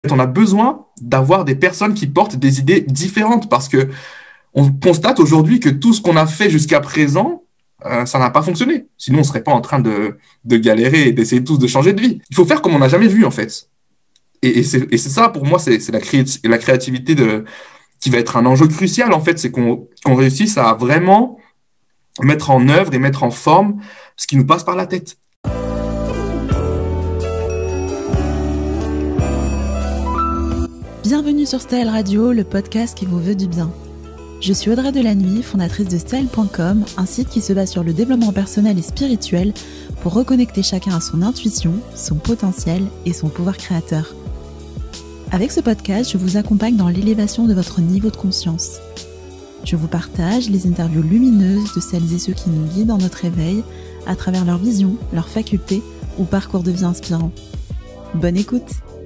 On a besoin d'avoir des personnes qui portent des idées différentes parce que on constate aujourd'hui que tout ce qu'on a fait jusqu'à présent, ça n'a pas fonctionné. Sinon, on serait pas en train de galérer et d'essayer tous de changer de vie. Il faut faire comme on n'a jamais vu, en fait. Et c'est ça, pour moi, c'est la créativité qui va être un enjeu crucial, en fait. C'est qu'on réussisse à vraiment mettre en œuvre et mettre en forme ce qui nous passe par la tête. Bienvenue sur Style Radio, le podcast qui vous veut du bien. Je suis Audrey Delannuy, fondatrice de Style.com, un site qui se base sur le développement personnel et spirituel pour reconnecter chacun à son intuition, son potentiel et son pouvoir créateur. Avec ce podcast, je vous accompagne dans l'élévation de votre niveau de conscience. Je vous partage les interviews lumineuses de celles et ceux qui nous guident dans notre éveil à travers leur vision, leurs facultés ou parcours de vie inspirant. Bonne écoute!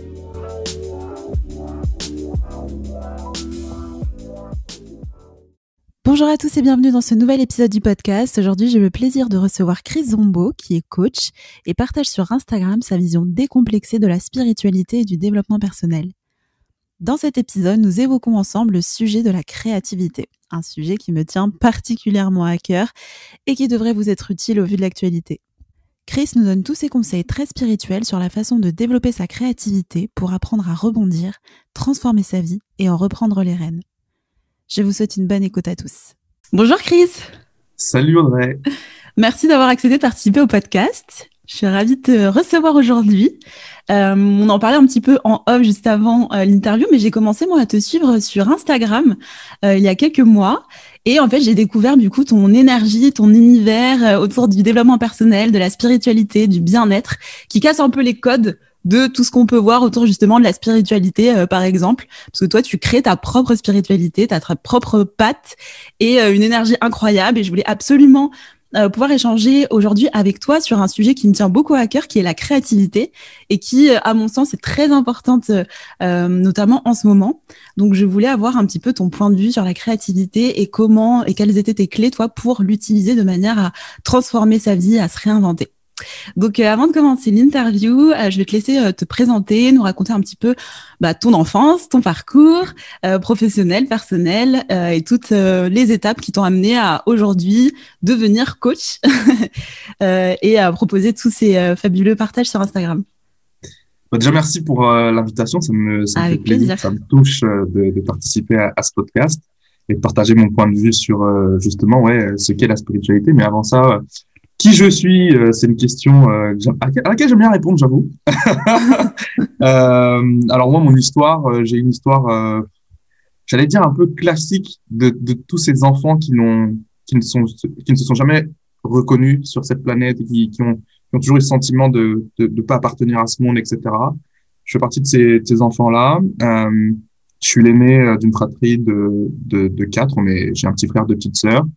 Bonjour à tous et bienvenue dans ce nouvel épisode du podcast. Aujourd'hui, j'ai le plaisir de recevoir Chris Zombo, qui est coach et partage sur Instagram sa vision décomplexée de la spiritualité et du développement personnel. Dans cet épisode, nous évoquons ensemble le sujet de la créativité, un sujet qui me tient particulièrement à cœur et qui devrait vous être utile au vu de l'actualité. Chris nous donne tous ses conseils très spirituels sur la façon de développer sa créativité pour apprendre à rebondir, transformer sa vie et en reprendre les rênes. Je vous souhaite une bonne écoute à tous. Bonjour Chris. Salut Audrey. Merci d'avoir accepté de participer au podcast. Je suis ravie de te recevoir aujourd'hui. On en parlait un petit peu en off juste avant l'interview, mais j'ai commencé moi à te suivre sur Instagram il y a quelques mois. Et en fait, j'ai découvert du coup ton énergie, ton univers autour du développement personnel, de la spiritualité, du bien-être, qui casse un peu les codes de tout ce qu'on peut voir autour justement de la spiritualité, par exemple. Parce que toi, tu crées ta propre spiritualité, ta propre patte et une énergie incroyable. Et je voulais absolument pouvoir échanger aujourd'hui avec toi sur un sujet qui me tient beaucoup à cœur, qui est la créativité et qui, à mon sens, est très importante, notamment en ce moment. Donc, je voulais avoir un petit peu ton point de vue sur la créativité et comment et quelles étaient tes clés, toi, pour l'utiliser de manière à transformer sa vie, à se réinventer. Donc, avant de commencer l'interview, je vais te laisser te présenter, nous raconter un petit peu ton enfance, ton parcours professionnel, personnel et toutes les étapes qui t'ont amené à aujourd'hui devenir coach et à proposer tous ces fabuleux partages sur Instagram. Déjà, merci pour l'invitation. Ça me fait plaisir. Ça me touche de participer à ce podcast et de partager mon point de vue sur justement ce qu'est la spiritualité. Mais avant ça, qui je suis, c'est une question à laquelle j'aime bien répondre, j'avoue. Alors moi, mon histoire, j'ai une histoire, j'allais dire un peu classique de tous ces enfants qui ne se sont jamais reconnus sur cette planète et qui ont toujours eu le sentiment de pas appartenir à ce monde, etc. Je fais partie de ces enfants-là. Je suis l'aîné d'une fratrie de 4, mais j'ai un petit frère, 2 petites sœurs.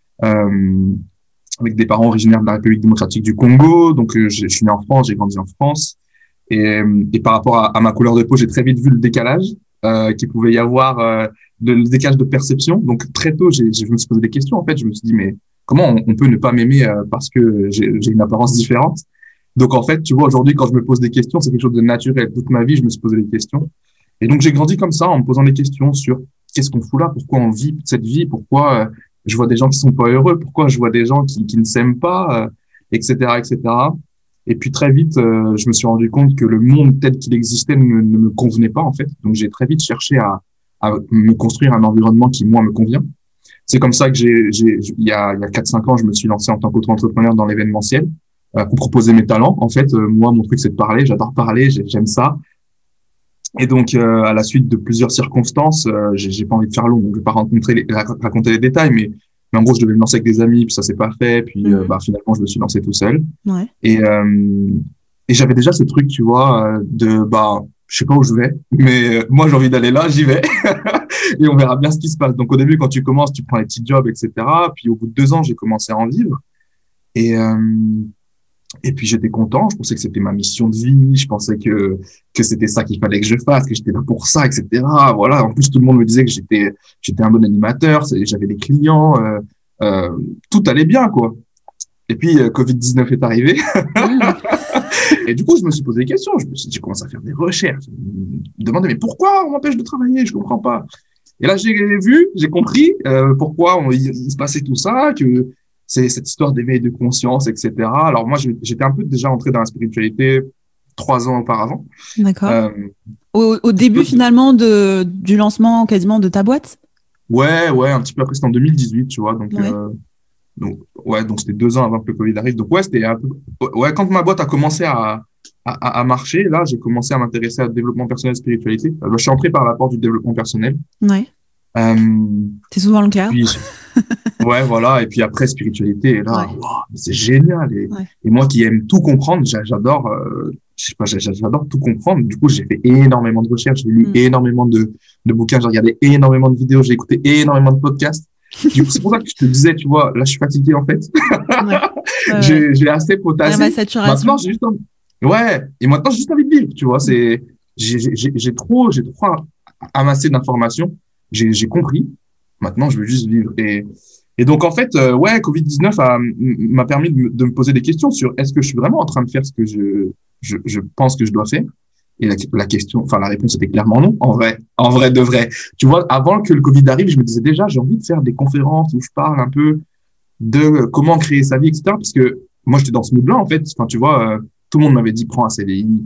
Avec des parents originaires de la République démocratique du Congo. Donc, je suis né en France, j'ai grandi en France. Et par rapport à ma couleur de peau, j'ai très vite vu le décalage qu'il pouvait y avoir, le décalage de perception. Donc, très tôt, je me suis posé des questions. En fait, je me suis dit, mais comment on peut ne pas m'aimer parce que j'ai une apparence différente? Donc, en fait, tu vois, aujourd'hui, quand je me pose des questions, c'est quelque chose de naturel. Toute ma vie, je me suis posé des questions. Et donc, j'ai grandi comme ça, en me posant des questions sur qu'est-ce qu'on fout là? Pourquoi on vit cette vie? Pourquoi je vois des gens qui sont pas heureux, pourquoi je vois des gens qui ne s'aiment pas, etc., etc. Et puis très vite, je me suis rendu compte que le monde tel qu'il existait ne me convenait pas en fait. Donc j'ai très vite cherché à me construire un environnement qui moi me convient. C'est comme ça que il y a 4-5 ans, je me suis lancé en tant qu'auto-entrepreneur dans l'événementiel pour proposer mes talents. En fait, moi mon truc c'est de parler, j'adore parler, j'aime ça. Et donc, à la suite de plusieurs circonstances, j'ai pas envie de faire long, donc je vais pas raconter les détails, mais en gros, je devais me lancer avec des amis, puis ça s'est pas fait, puis finalement, je me suis lancé tout seul. Ouais. Et j'avais déjà ce truc, tu vois, je sais pas où je vais, mais moi, j'ai envie d'aller là, j'y vais, et on verra bien ce qui se passe. Donc, au début, quand tu commences, tu prends les petits jobs, etc. Puis, au bout de 2 ans, j'ai commencé à en vivre. Et puis j'étais content, je pensais que c'était ma mission de vie, je pensais que c'était ça qu'il fallait que je fasse, que j'étais là pour ça, etc. Voilà. En plus tout le monde me disait que j'étais un bon animateur, j'avais des clients, tout allait bien quoi. Et puis Covid-19 est arrivé. Et du coup, je me suis posé des questions. J'ai commencé à faire des recherches. Je me demandais, mais pourquoi on m'empêche de travailler? Je comprends pas. Et là, j'ai compris pourquoi il se passait tout ça, que c'est cette histoire d'éveil de conscience, etc. Alors moi, j'étais un peu déjà entré dans la spiritualité 3 ans auparavant. D'accord. Au début, finalement, du lancement quasiment de ta boîte? Ouais, un petit peu après, c'était en 2018, tu vois. Ouais. Donc c'était 2 ans avant que le Covid arrive. Donc ouais, c'était un peu, ouais, quand ma boîte a commencé à marcher, là, j'ai commencé à m'intéresser à développement personnel et spiritualité. Je suis entré par la porte du développement personnel. Ouais. Euh, C'est souvent le cas. puis, ouais, voilà. Et puis après, spiritualité, et là, Ouais. wow, c'est génial. Ouais. Et moi qui aime tout comprendre, j'adore, je sais pas, j'adore tout comprendre. Du coup, j'ai fait énormément de recherches, j'ai lu énormément de bouquins, j'ai regardé énormément de vidéos, j'ai écouté énormément de podcasts. Du coup, c'est pour ça que je te disais, tu vois, là, je suis fatigué, en fait. Ouais. J'ai assez potassé. Ma saturation. Maintenant, j'ai juste envie, ouais. Et maintenant, j'ai juste envie de vivre, tu vois, j'ai trop amassé d'informations. J'ai compris. Maintenant, je veux juste vivre. Et donc, en fait, ouais, Covid-19 m'a permis de me poser des questions sur est-ce que je suis vraiment en train de faire ce que je pense que je dois faire? Et la réponse était clairement non. En vrai de vrai. Tu vois, avant que le Covid arrive, je me disais déjà, j'ai envie de faire des conférences où je parle un peu de comment créer sa vie, etc. Parce que moi, j'étais dans ce mood-là, en fait. Enfin, tu vois, tout le monde m'avait dit, prends un CDI,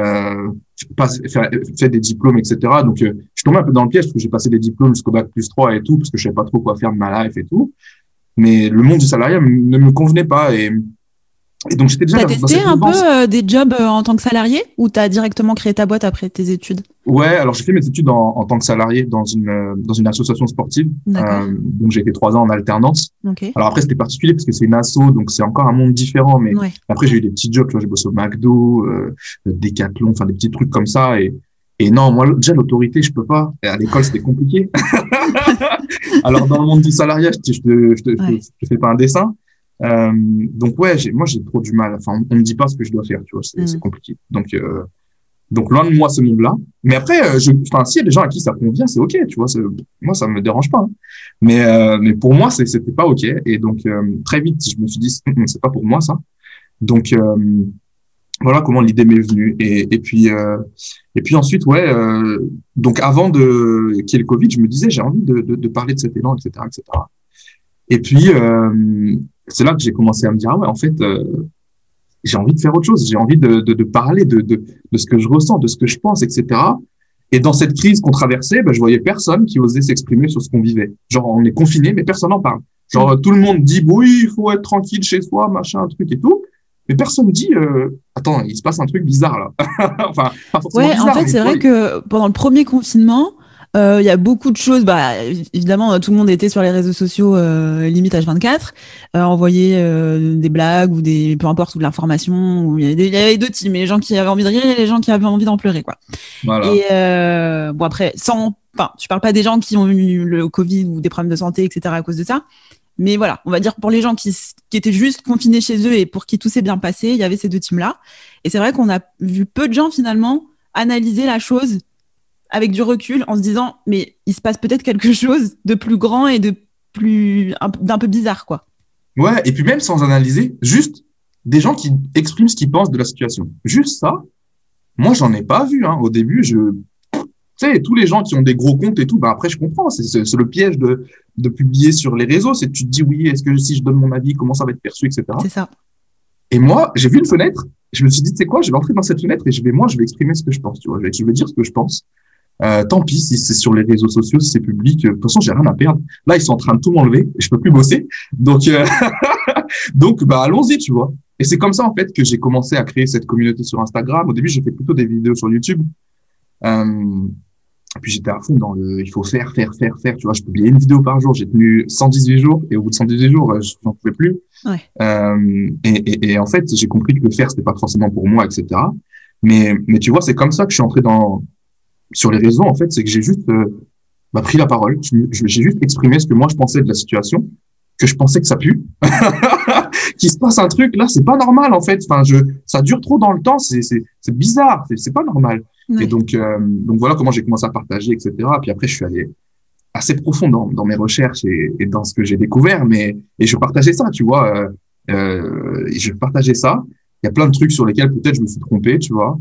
fais des diplômes, etc. Donc, je suis tombé un peu dans le piège parce que j'ai passé des diplômes jusqu'au bac+3 et tout, parce que je savais pas trop quoi faire de ma life et tout. Mais le monde du salariat ne me convenait pas. Et donc, j'étais déjà T'as dans testé cette un mouvance. peu des jobs en tant que salarié ou t'as directement créé ta boîte après tes études? Ouais, alors j'ai fait mes études en tant que salarié dans une association sportive. D'accord. Donc j'ai été 3 ans en alternance. Ok. Alors après c'était particulier parce que c'est une asso, donc c'est encore un monde différent. Mais Ouais. après j'ai eu des petits jobs, tu vois, j'ai bossé au McDo, Decathlon, enfin des petits trucs comme ça. Et non, moi déjà l'autorité je peux pas. Et à l'école c'était compliqué. Alors dans le monde du salariat, je te fais pas un dessin. Donc ouais, moi j'ai trop du mal. Enfin on me dit pas ce que je dois faire, tu vois, c'est compliqué. Donc loin de moi ce monde-là. Mais après, enfin, s'il y a des gens à qui ça convient, c'est ok, tu vois. Moi, ça me dérange pas. Hein. Mais pour moi, c'était pas ok. Et donc très vite, je me suis dit, c'est pas pour moi ça. Donc voilà comment l'idée m'est venue. Et puis ensuite, ouais. Donc avant qu'il y ait le Covid, je me disais, j'ai envie de parler de cet élan, etc., etc. Et puis c'est là que j'ai commencé à me dire, ah ouais, en fait. J'ai envie de faire autre chose. J'ai envie de parler de ce que je ressens, de ce que je pense, etc. Et dans cette crise qu'on traversait, je voyais personne qui osait s'exprimer sur ce qu'on vivait. Genre, on est confiné, mais personne n'en parle. Genre, tout le monde dit, oui, il faut être tranquille chez soi, machin, un truc et tout. Mais personne dit, attends, il se passe un truc bizarre là. Enfin, pas forcément bizarre. En fait, c'est vrai que pendant le premier confinement, il y a beaucoup de choses. Évidemment, tout le monde était sur les réseaux sociaux, limite H24, envoyer des blagues ou peu importe, ou de l'information. Il y avait deux teams, les gens qui avaient envie de rire et les gens qui avaient envie d'en pleurer, quoi. Voilà. Et bon après, je parle pas des gens qui ont eu le Covid ou des problèmes de santé, etc. à cause de ça. Mais voilà, on va dire pour les gens qui étaient juste confinés chez eux et pour qui tout s'est bien passé, il y avait ces deux teams-là. Et c'est vrai qu'on a vu peu de gens finalement analyser la chose avec du recul en se disant mais il se passe peut-être quelque chose de plus grand et d'un peu bizarre, quoi. Ouais, et puis même sans analyser, juste des gens qui expriment ce qu'ils pensent de la situation. Juste ça, moi j'en ai pas vu. Hein. Au début, tu sais, tous les gens qui ont des gros comptes et tout, après je comprends, c'est le piège de publier sur les réseaux, c'est que tu te dis oui, est-ce que si je donne mon avis, comment ça va être perçu, etc. C'est ça. Et moi, j'ai vu une fenêtre, je me suis dit, tu sais quoi, je vais entrer dans cette fenêtre et je vais exprimer ce que je pense, tu vois, je vais dire ce que je pense. Tant pis si c'est sur les réseaux sociaux, si c'est public. De toute façon, j'ai rien à perdre. Là, ils sont en train de tout m'enlever et je peux plus bosser. Donc, allons-y, tu vois. Et c'est comme ça, en fait, que j'ai commencé à créer cette communauté sur Instagram. Au début, j'ai fait plutôt des vidéos sur YouTube. Puis j'étais à fond dans il faut faire. Tu vois, je publiais une vidéo par jour. J'ai tenu 118 jours et au bout de 118 jours, je n'en pouvais plus. Ouais. Et en fait, j'ai compris que le faire, c'était pas forcément pour moi, etc. Mais tu vois, c'est comme ça que je suis entré sur les réseaux. En fait, c'est que j'ai juste pris la parole. J'ai juste exprimé ce que moi je pensais de la situation, que je pensais que ça pue, qu'il se passe un truc là, c'est pas normal en fait. Enfin, ça dure trop dans le temps, c'est bizarre, c'est pas normal. Ouais. Et donc voilà comment j'ai commencé à partager, etc. Puis après, je suis allé assez profond dans mes recherches et dans ce que j'ai découvert, et je partageais ça, tu vois, je partageais ça. Il y a plein de trucs sur lesquels peut-être je me suis trompé, tu vois.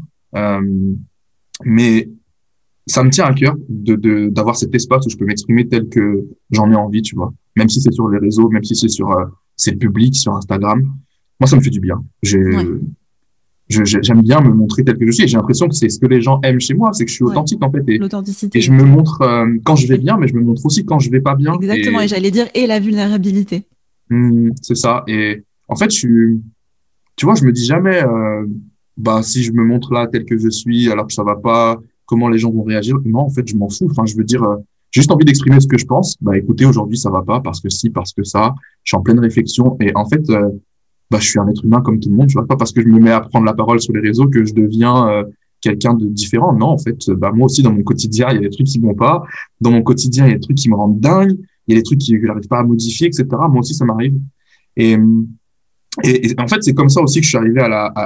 Mais ça me tient à cœur d'avoir cet espace où je peux m'exprimer tel que j'en ai envie, tu vois. Même si c'est sur les réseaux, même si c'est sur, c'est public, sur Instagram. Moi, ça me fait du bien. Ouais. J'aime bien me montrer tel que je suis. Et j'ai l'impression que c'est ce que les gens aiment chez moi, c'est que je suis authentique, en fait. Et L'authenticité. je me montre quand je vais bien, mais je me montre aussi quand je vais pas bien. Exactement. Et j'allais dire, et la vulnérabilité. C'est ça. Et en fait, tu vois, je me dis jamais, bah, si je me montre là tel que je suis, alors que ça va pas, comment les gens vont réagir. Non, en fait, je m'en fous. Enfin, je veux dire, j'ai juste envie d'exprimer ce que je pense. Bah, écoutez, aujourd'hui, ça va pas parce que si, parce que ça. Je suis en pleine réflexion. Et en fait, bah, je suis un être humain comme tout le monde. Tu vois, pas parce que je me mets à prendre la parole sur les réseaux que je deviens quelqu'un de différent. Non, en fait, bah, moi aussi, dans mon quotidien, il y a des trucs qui vont pas. Dans mon quotidien, il y a des trucs qui me rendent dingue. Il y a des trucs que j'arrive pas à modifier, etc. Moi aussi, ça m'arrive. Et, et en fait, c'est comme ça aussi que je suis arrivé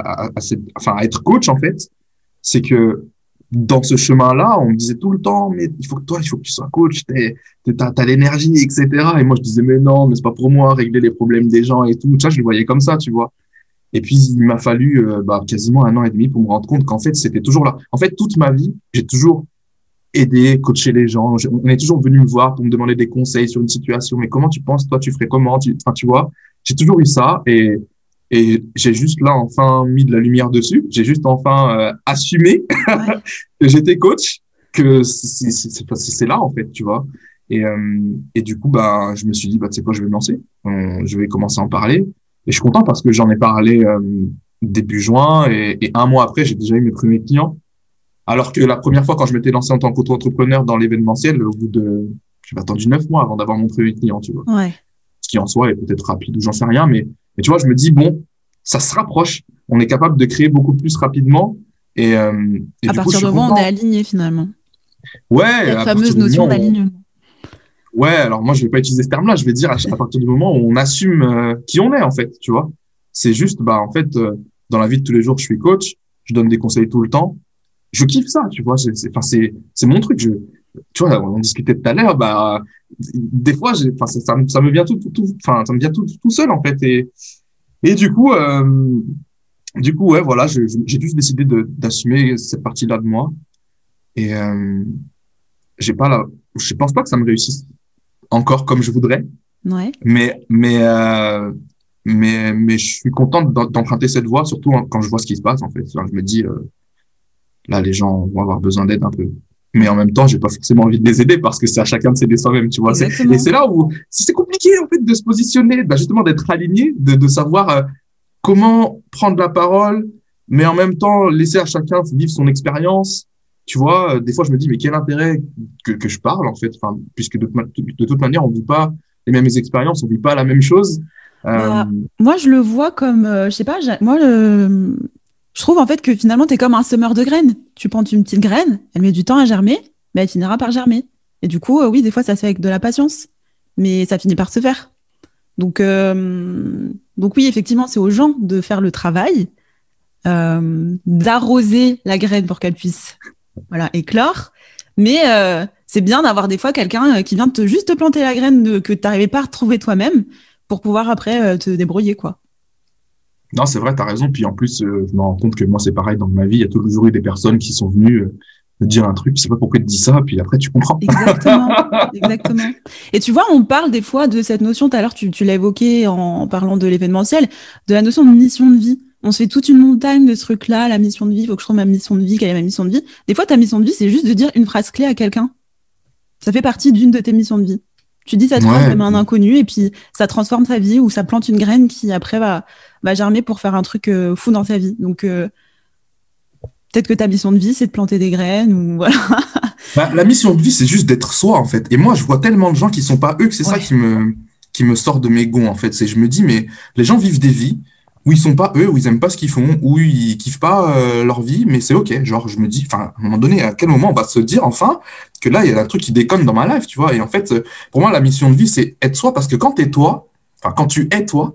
à être coach, en fait. C'est que dans ce chemin-là, on me disait tout le temps, mais il faut que tu sois coach, t'as l'énergie, etc. Et moi, je disais, mais non, mais c'est pas pour moi, régler les problèmes des gens et tout. Ça, je le voyais comme ça, tu vois. Et puis, il m'a fallu bah, quasiment 1 an et demi pour me rendre compte qu'en fait, c'était toujours là. En fait, toute ma vie, j'ai toujours aidé, coaché les gens. On est toujours venu me voir pour me demander des conseils sur une situation. Mais comment tu penses, toi, tu ferais comment? Enfin, tu vois, j'ai toujours eu ça et j'ai juste là enfin mis de la lumière dessus. J'ai juste enfin assumé Ouais. que j'étais coach, que c'est là en fait, tu vois. Et du coup, bah, je me suis dit, bah, tu sais quoi, je vais me lancer. Je vais commencer à en parler. Et je suis content parce que j'en ai parlé début juin et 1 mois après, j'ai déjà eu mes premiers clients. Alors que la première fois, quand je m'étais lancé en tant qu'auto-entrepreneur dans l'événementiel, au bout de, j'ai attendu 9 mois avant d'avoir mon premier client, tu vois. Ouais. Ce qui en soi est peut-être rapide ou j'en sais rien, mais tu vois, je me dis, bon, ça se rapproche. On est capable de créer beaucoup plus rapidement. Et À du coup, je partir suis du moment où on est content. aligné finalement. Ouais, Cette à fameuse partir du notion moment où, d'alignement. ouais, alors moi, je vais pas utiliser ce terme-là. Je vais dire à partir du moment où on assume qui on est, en fait, tu vois. C'est juste, bah, en fait, dans la vie de tous les jours, je suis coach. Je donne des conseils tout le temps. Je kiffe ça, tu vois. Enfin, c'est mon truc. Tu vois, on discutait tout à l'heure, bah, des fois, enfin, ça me vient enfin, ça me vient tout seul, en fait. Et du coup, ouais, voilà, j'ai juste décidé d'assumer cette partie-là de moi. Et, j'ai pas la, je pense pas que ça me réussisse encore comme je voudrais, Ouais. mais, mais, euh, mais je suis content d'emprunter cette voie, surtout quand je vois ce qui se passe, en fait. Enfin, je me dis, là, les gens vont avoir besoin d'aide un peu. Mais en même temps, j'ai pas forcément envie de les aider parce que c'est à chacun de s'aider soi-même, tu vois. Et Exactement. c'est là où c'est compliqué, en fait, de se positionner, bah, justement, d'être aligné, de savoir comment prendre la parole, mais en même temps, laisser à chacun vivre son expérience. Tu vois, des fois, je me dis, mais quel intérêt que je parle, en fait, enfin, puisque de toute manière, on vit pas les mêmes expériences, on vit pas la même chose. Euh, Bah, moi, je le vois comme, je sais pas, je trouve en fait que finalement, tu es comme un semeur de graines. Tu plantes une petite graine, elle met du temps à germer, mais elle finira par germer. Et du coup, oui, des fois, ça se fait avec de la patience, mais ça finit par se faire. Donc oui, effectivement, c'est aux gens de faire le travail, d'arroser la graine pour qu'elle puisse, voilà, éclore. Mais c'est bien d'avoir des fois quelqu'un qui vient juste te planter la graine que tu n'arrivais pas à retrouver toi-même pour pouvoir après te débrouiller, quoi. non, c'est vrai, t'as raison. Puis en plus, je me rends compte que moi, c'est pareil dans ma vie. Il y a toujours eu des personnes qui sont venues me dire un truc, je sais pas pourquoi tu dis ça, puis après, tu comprends. Exactement, exactement. Et tu vois, on parle des fois de cette notion, tout à l'heure, tu l'as évoqué en parlant de l'événementiel, de la notion de mission de vie. On se fait toute une montagne de ce truc-là, la mission de vie, il faut que je trouve ma mission de vie, quelle est ma mission de vie. Des fois, ta mission de vie, c'est juste de dire une phrase clé à quelqu'un. Ça fait partie d'une de tes missions de vie. Tu dis cette phrase Ouais, même à un inconnu et puis ça transforme sa vie ou ça plante une graine qui après va germer pour faire un truc fou dans sa vie. Donc peut-être que ta mission de vie, c'est de planter des graines ou voilà. bah, la mission de vie, c'est juste d'être soi, en fait. Et moi, je vois tellement de gens qui sont pas eux que c'est ça Ouais, qui me sort de mes gonds, en fait. C'est, je me dis, mais les gens vivent des vies où ils sont pas eux, où ils aiment pas ce qu'ils font, où ils kiffent pas leur vie, mais c'est ok. Genre, je me dis, enfin, à un moment donné, à quel moment on va se dire, enfin, que là, il y a un truc qui déconne dans ma life, tu vois. Et en fait, pour moi, la mission de vie, c'est être soi, parce que quand t'es toi, enfin, quand tu es toi,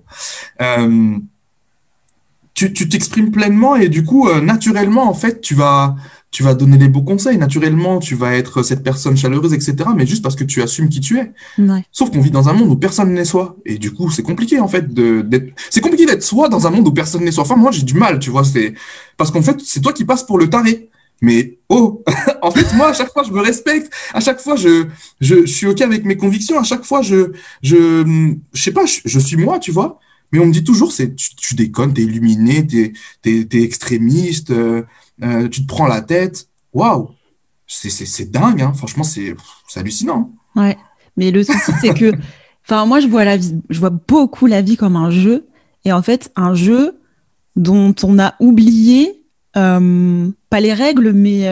euh, tu t'exprimes pleinement et du coup, naturellement, en fait, tu vas donner les bons conseils, naturellement, tu vas être cette personne chaleureuse, etc., mais juste parce que tu assumes qui tu es. Ouais. Sauf qu'on vit dans un monde où personne n'est soi. Et du coup, c'est compliqué, en fait, c'est compliqué d'être soi dans un monde où personne n'est soi. Enfin, moi, j'ai du mal, tu vois, parce qu'en fait, c'est toi qui passes pour le taré. Mais, oh, en fait, moi, à chaque fois, je me respecte. À chaque fois, je suis OK avec mes convictions. À chaque fois, je sais pas, je suis moi, tu vois. Mais on me dit toujours, tu déconnes, t'es illuminé, t'es extrémiste, tu te prends la tête. Waouh! C'est dingue, hein. Franchement, c'est hallucinant. Ouais. Mais le souci, c'est que, enfin, moi, je vois beaucoup la vie comme un jeu. Et en fait, un jeu dont on a oublié, pas les règles, mais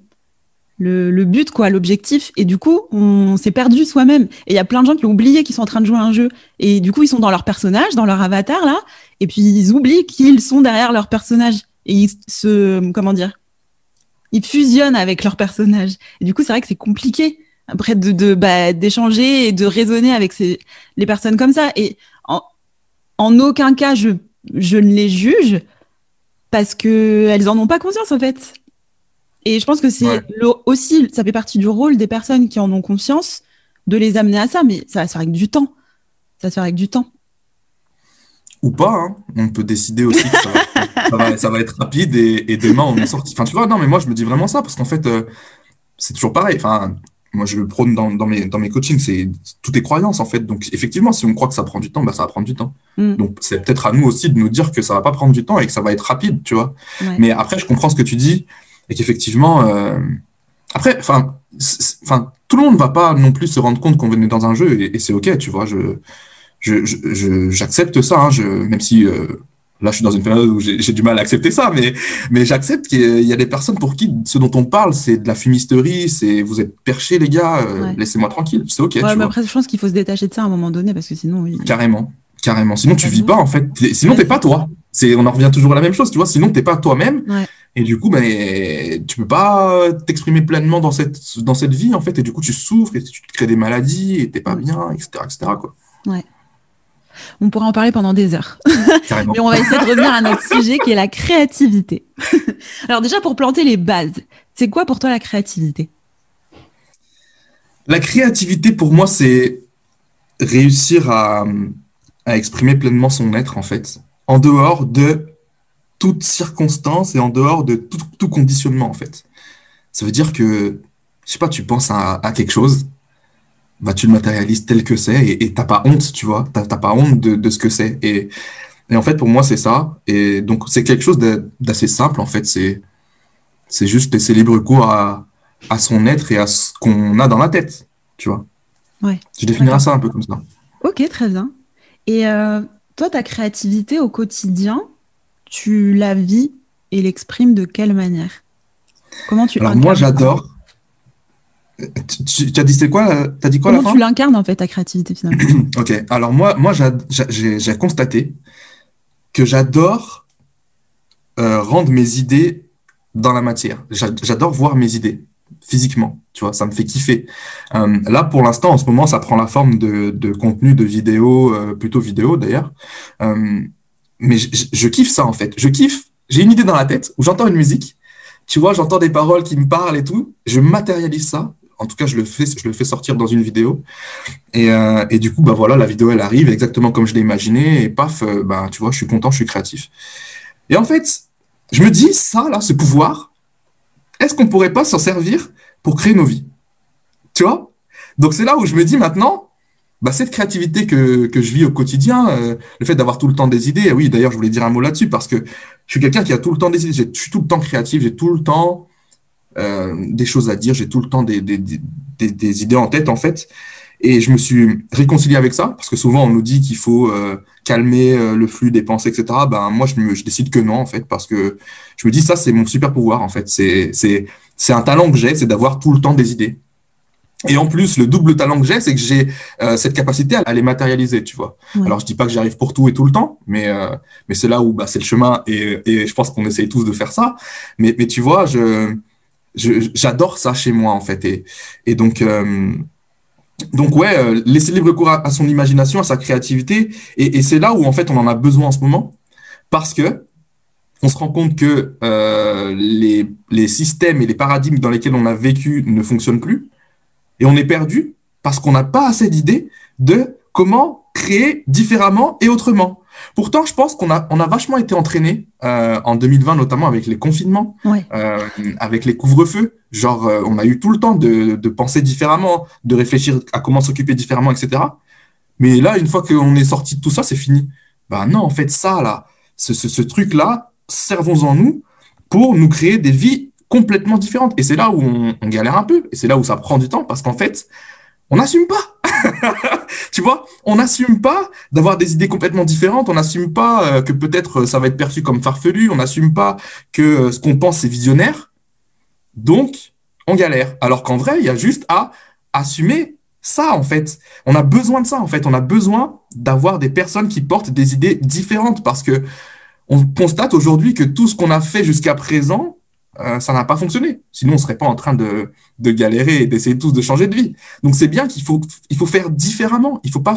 le but, quoi, l'objectif. Et du coup, on s'est perdu soi-même. Et il y a plein de gens qui ont oublié qu'ils sont en train de jouer à un jeu. Et du coup, ils sont dans leur personnage, dans leur avatar, là. Et puis, ils oublient qu'ils sont derrière leur personnage. Et comment dire, ils fusionnent avec leur personnage. Et du coup, c'est vrai que c'est compliqué après d'échanger et de raisonner avec les personnes comme ça. Et en aucun cas, je ne les juge parce que elles en ont pas conscience, en fait. Et je pense que Ouais. aussi, ça fait partie du rôle des personnes qui en ont conscience de les amener à ça, mais ça va se faire avec du temps. Ça va se faire avec du temps. Ou pas, hein. On peut décider aussi que ça va être rapide et demain on est sorti. Enfin, tu vois, non, mais moi je me dis vraiment ça parce qu'en fait, c'est toujours pareil. Enfin, moi je le prône dans mes coachings, tout est croyance en fait. Donc, effectivement, si on croit que ça prend du temps, bah, ça va prendre du temps. Mm. Donc, c'est peut-être à nous aussi de nous dire que ça va pas prendre du temps et que ça va être rapide, tu vois. Ouais. Mais après, je comprends ce que tu dis et qu'effectivement, après, enfin, tout le monde va pas non plus se rendre compte qu'on venait dans un jeu et c'est ok, tu vois. J'accepte ça, hein, même si là je suis dans une période où j'ai du mal à accepter ça, mais j'accepte qu'il y a des personnes pour qui ce dont on parle, c'est de la fumisterie, vous êtes perchés les gars, Ouais. laissez-moi tranquille, c'est ok, Ouais, tu mais vois, après, je pense qu'il faut se détacher de ça à un moment donné parce que sinon, oui. carrément, carrément. Sinon tu vis Totalement. pas en fait, sinon Ouais, t'es c'est pas ça. toi. On en revient toujours à la même chose, tu vois. Sinon t'es pas toi-même Ouais. et du coup ben tu peux pas t'exprimer pleinement dans cette vie en fait et du coup tu souffres et tu te crées des maladies et t'es pas Mm. bien, etc., quoi. Ouais. On pourra en parler pendant des heures. Carrément. Mais on va essayer de revenir à notre sujet qui est la créativité. Alors déjà, pour planter les bases, c'est quoi pour toi la créativité? La créativité pour moi c'est réussir à exprimer pleinement son être, en fait, en dehors de toute circonstance et en dehors de tout conditionnement, en fait. Ça veut dire que, je sais pas, tu penses à quelque chose, bah, tu le matérialises tel que c'est et t'as pas honte, tu vois, t'as pas honte de ce que c'est. Et en fait, pour moi, c'est ça. Et donc, c'est quelque chose d'assez simple, en fait. C'est juste laisser libre cours à son être et à ce qu'on a dans la tête, tu vois. Ouais. Je définirais D'accord. ça un peu comme ça. Ok, très bien. Et toi, ta créativité au quotidien, tu la vis et l'exprimes de quelle manière? Comment tu Alors moi, incarnes ça? j'adore. Tu as dit c'est quoi? T'as dit quoi à la Comment tu fin? l'incarnes en fait, ta créativité finalement? Ok. Alors moi, j'ai constaté que j'adore rendre mes idées dans la matière. J'adore voir mes idées physiquement. Tu vois, ça me fait kiffer. Là, pour l'instant, en ce moment, ça prend la forme de contenu de vidéo, plutôt vidéo d'ailleurs. Euh, mais je kiffe ça en fait. Je kiffe. J'ai une idée dans la tête où j'entends une musique. Tu vois, j'entends des paroles qui me parlent et tout. Je matérialise ça. En tout cas, je le fais sortir dans une vidéo. Et du coup, bah voilà, la vidéo, elle arrive exactement comme je l'ai imaginé. Et paf, bah, tu vois, je suis content, je suis créatif. Et en fait, je me dis, ça, là, ce pouvoir, est-ce qu'on pourrait pas s'en servir pour créer nos vies? Tu vois? Donc, c'est là où je me dis maintenant, bah, cette créativité que je vis au quotidien, le fait d'avoir tout le temps des idées, oui, d'ailleurs, je voulais dire un mot là-dessus parce que je suis quelqu'un qui a tout le temps des idées. Je suis tout le temps créatif, j'ai tout le temps des choses à dire, j'ai tout le temps des idées en tête, en fait. Et je me suis réconcilié avec ça, parce que souvent on nous dit qu'il faut calmer le flux des pensées, etc. Ben moi je décide que non en fait, parce que je me dis ça c'est mon super pouvoir en fait. C'est un talent que j'ai, c'est d'avoir tout le temps des idées. Et en plus le double talent que j'ai, c'est que j'ai cette capacité à les matérialiser, tu vois. Ouais. Alors je dis pas que j'arrive pour tout et tout le temps, mais c'est là où bah, c'est le chemin et je pense qu'on essaye tous de faire ça. Mais tu vois, j'adore ça chez moi en fait et donc ouais, laisser libre cours à son imagination, à sa créativité, et c'est là où en fait on en a besoin en ce moment, parce que on se rend compte que les systèmes et les paradigmes dans lesquels on a vécu ne fonctionnent plus, et on est perdu parce qu'on n'a pas assez d'idées de comment créer différemment et autrement. Pourtant, je pense qu'on a vachement été entraîné en 2020, notamment avec les confinements, Ouais. avec les couvre-feux. Genre, on a eu tout le temps de penser différemment, de réfléchir à comment s'occuper différemment, etc. Mais là, une fois qu'on est sorti de tout ça, c'est fini. Bah non, en fait, ça, là, ce truc-là, servons-en nous pour nous créer des vies complètement différentes. Et c'est là où on galère un peu. Et c'est là où ça prend du temps parce qu'en fait, on n'assume pas. Tu vois, on n'assume pas d'avoir des idées complètement différentes. On n'assume pas que peut-être ça va être perçu comme farfelu. On n'assume pas que ce qu'on pense, c'est visionnaire. Donc, on galère. Alors qu'en vrai, il y a juste à assumer ça, en fait. On a besoin de ça, en fait. On a besoin d'avoir des personnes qui portent des idées différentes parce que on constate aujourd'hui que tout ce qu'on a fait jusqu'à présent, ça n'a pas fonctionné. Sinon, on serait pas en train de galérer et d'essayer tous de changer de vie. Donc, c'est bien qu'il faut faire différemment.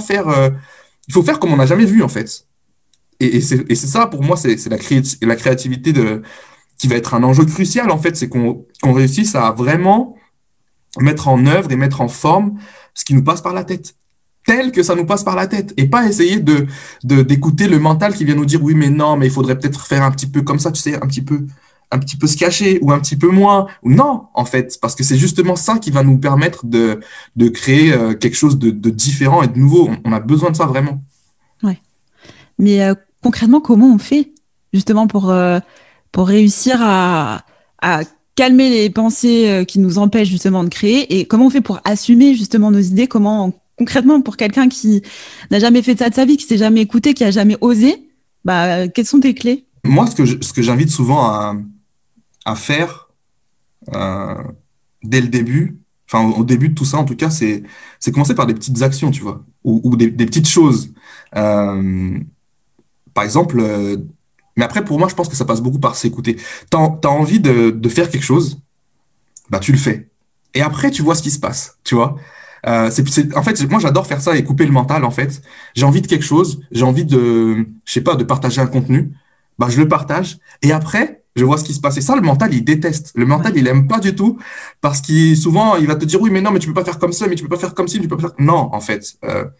Il faut faire comme on n'a jamais vu, en fait. Et c'est ça, pour moi, c'est la créativité qui va être un enjeu crucial, en fait. C'est qu'on réussisse à vraiment mettre en œuvre et mettre en forme ce qui nous passe par la tête, tel que ça nous passe par la tête, et pas essayer d'écouter le mental qui vient nous dire oui mais non mais il faudrait peut-être faire un petit peu comme ça, tu sais, un petit peu se cacher ou un petit peu moins. Non, en fait, parce que c'est justement ça qui va nous permettre de créer quelque chose de différent et de nouveau. On a besoin de ça vraiment. Ouais. Mais concrètement, comment on fait justement pour réussir à calmer les pensées qui nous empêchent justement de créer et comment on fait pour assumer justement nos idées, comment concrètement pour quelqu'un qui n'a jamais fait ça de sa vie, qui s'est jamais écouté, qui a jamais osé, bah, quelles sont tes clés? Moi, ce que j'invite souvent à faire euh, dès le début, enfin au début de tout ça en tout cas, c'est commencer par des petites actions, tu vois, ou des petites choses. Euh, Par exemple, mais après, pour moi, je pense que ça passe beaucoup par s'écouter. T'as envie de faire quelque chose, bah tu le fais. Et après, tu vois ce qui se passe, tu vois. En fait, moi, j'adore faire ça et couper le mental, en fait. J'ai envie de quelque chose, j'ai envie je sais pas, de partager un contenu, bah je le partage. Et après, je vois ce qui se passe. Et ça, le mental, il déteste. Le Ouais. mental, il aime pas du tout parce qu'il souvent, il va te dire oui, mais non, mais tu peux pas faire comme ça, mais tu peux pas faire comme ci, tu peux pas faire. Non, en fait.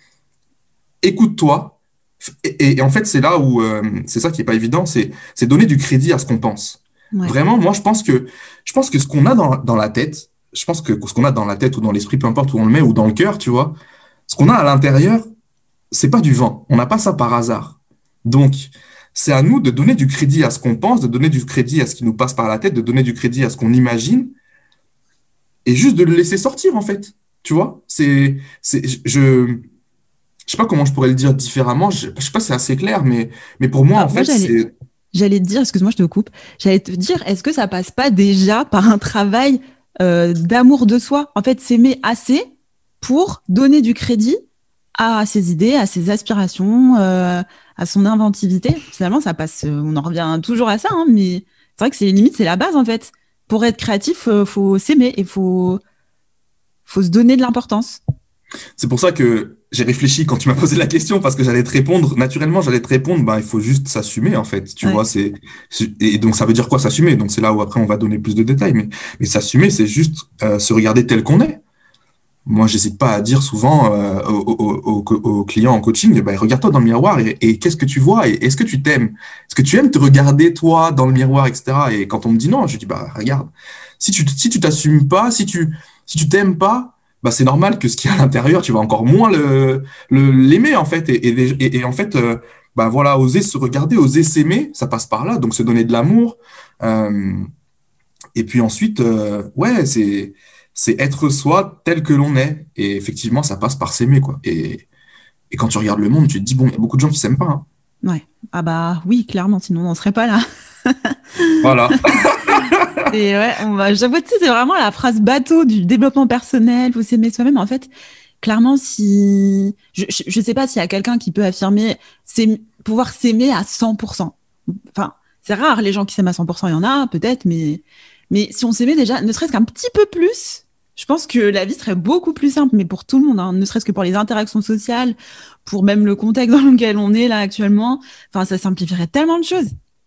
Écoute-toi. Et en fait, c'est là où c'est ça qui est pas évident, c'est donner du crédit à ce qu'on pense. Ouais. Vraiment, moi, je pense que ce qu'on a dans la tête, je pense que ce qu'on a dans la tête ou dans l'esprit, peu importe où on le met, ou dans le cœur, tu vois, ce qu'on a à l'intérieur, c'est pas du vent. On n'a pas ça par hasard. Donc, c'est à nous de donner du crédit à ce qu'on pense, de donner du crédit à ce qui nous passe par la tête, de donner du crédit à ce qu'on imagine, et juste de le laisser sortir, en fait. Tu vois, je sais pas comment je pourrais le dire différemment. Je sais pas si c'est assez clair, mais pour moi, Ah, en moi, fait, c'est, j'allais te dire, excuse-moi, je te coupe, j'allais te dire, est-ce que ça passe pas déjà par un travail d'amour de soi? En fait, s'aimer assez pour donner du crédit à ses idées, à ses aspirations, à son inventivité. Finalement, ça passe, on en revient toujours à ça, hein, mais c'est vrai que c'est limite, c'est la base en fait. Pour être créatif, faut s'aimer et faut se donner de l'importance. c'est pour ça que j'ai réfléchi quand tu m'as posé la question parce que j'allais te répondre, naturellement, j'allais te répondre, ben, il faut juste s'assumer, en fait. Tu Ouais. vois, et donc ça veut dire quoi s'assumer? Donc c'est là où après on va donner plus de détails, mais s'assumer, c'est juste se regarder tel qu'on est. Moi, j'hésite pas à dire souvent aux clients en coaching, ben, regarde-toi dans le miroir et qu'est-ce que tu vois et est-ce que tu t'aimes? Est-ce que tu aimes te regarder toi dans le miroir, etc. Et quand on me dit non, je dis bah regarde, si tu t'assumes pas, si tu t'aimes pas, bah c'est normal que ce qui est à l'intérieur, tu vas encore moins l'aimer en fait et en fait bah voilà, oser se regarder, oser s'aimer, ça passe par là, donc se donner de l'amour. Euh, et puis ensuite, ouais, c'est être soi tel que l'on est. Et effectivement, ça passe par s'aimer, quoi. Et quand tu regardes le monde, tu te dis, bon, il y a beaucoup de gens qui s'aiment pas, hein. Ouais. Ah bah oui, clairement, sinon on n'en serait pas là. Voilà. Et ouais, j'avoue, tu sais, c'est vraiment la phrase bateau du développement personnel, faut s'aimer soi-même. En fait, clairement, si je sais pas s'il y a quelqu'un qui peut affirmer pouvoir s'aimer à 100%. Enfin, c'est rare les gens qui s'aiment à 100%, il y en a peut-être, mais si on s'aimait déjà, ne serait-ce qu'un petit peu plus, je pense que la vie serait beaucoup plus simple, mais pour tout le monde, hein, ne serait-ce que pour les interactions sociales, pour même le contexte dans lequel on est là actuellement. Enfin, ça simplifierait tellement de choses.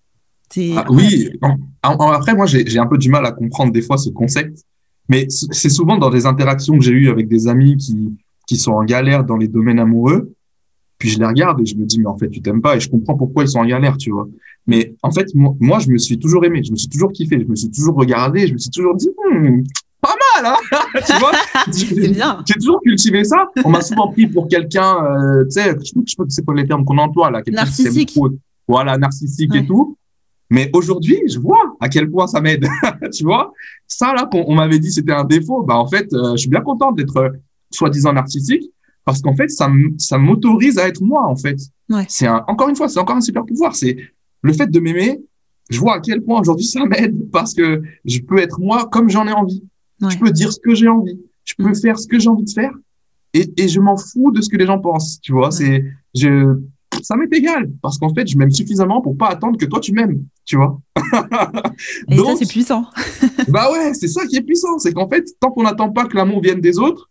C'est Ah, incroyable. oui, après, moi, j'ai un peu du mal à comprendre des fois ce concept, mais c'est souvent dans des interactions que j'ai eues avec des amis qui sont en galère dans les domaines amoureux, puis je les regarde et je me dis, mais en fait, tu t'aimes pas, et je comprends pourquoi ils sont en galère, tu vois. Mm. Mais en fait, moi, je me suis toujours aimé, je me suis toujours kiffé, je me suis toujours regardé, je me suis toujours dit, pas mal, hein, tu vois. C'est bien. J'ai toujours cultivé ça. On m'a souvent pris pour quelqu'un, tu sais, je sais pas c'est quoi les termes qu'on emploie là, quelqu'un qui s'aime Narcissique. trop, voilà, narcissique et Ouais. tout. Mais aujourd'hui, je vois à quel point ça m'aide. Tu vois, ça là qu'on on m'avait dit c'était un défaut. Bah en fait, je suis bien content d'être soi-disant narcissique parce qu'en fait, ça m'autorise à être moi en fait. Ouais. Encore une fois, c'est encore un super pouvoir. C'est le fait de m'aimer. Je vois à quel point aujourd'hui ça m'aide parce que je peux être moi comme j'en ai envie. Je Ouais. peux dire ce que j'ai envie. Je Mm. peux faire ce que j'ai envie de faire et je m'en fous de ce que les gens pensent. Tu vois, Ouais. ça m'est égal parce qu'en fait, je m'aime suffisamment pour pas attendre que toi tu m'aimes. Tu vois. Et ça, Donc, c'est puissant. bah ouais, c'est ça qui est puissant. C'est qu'en fait, tant qu'on n'attend pas que l'amour vienne des autres,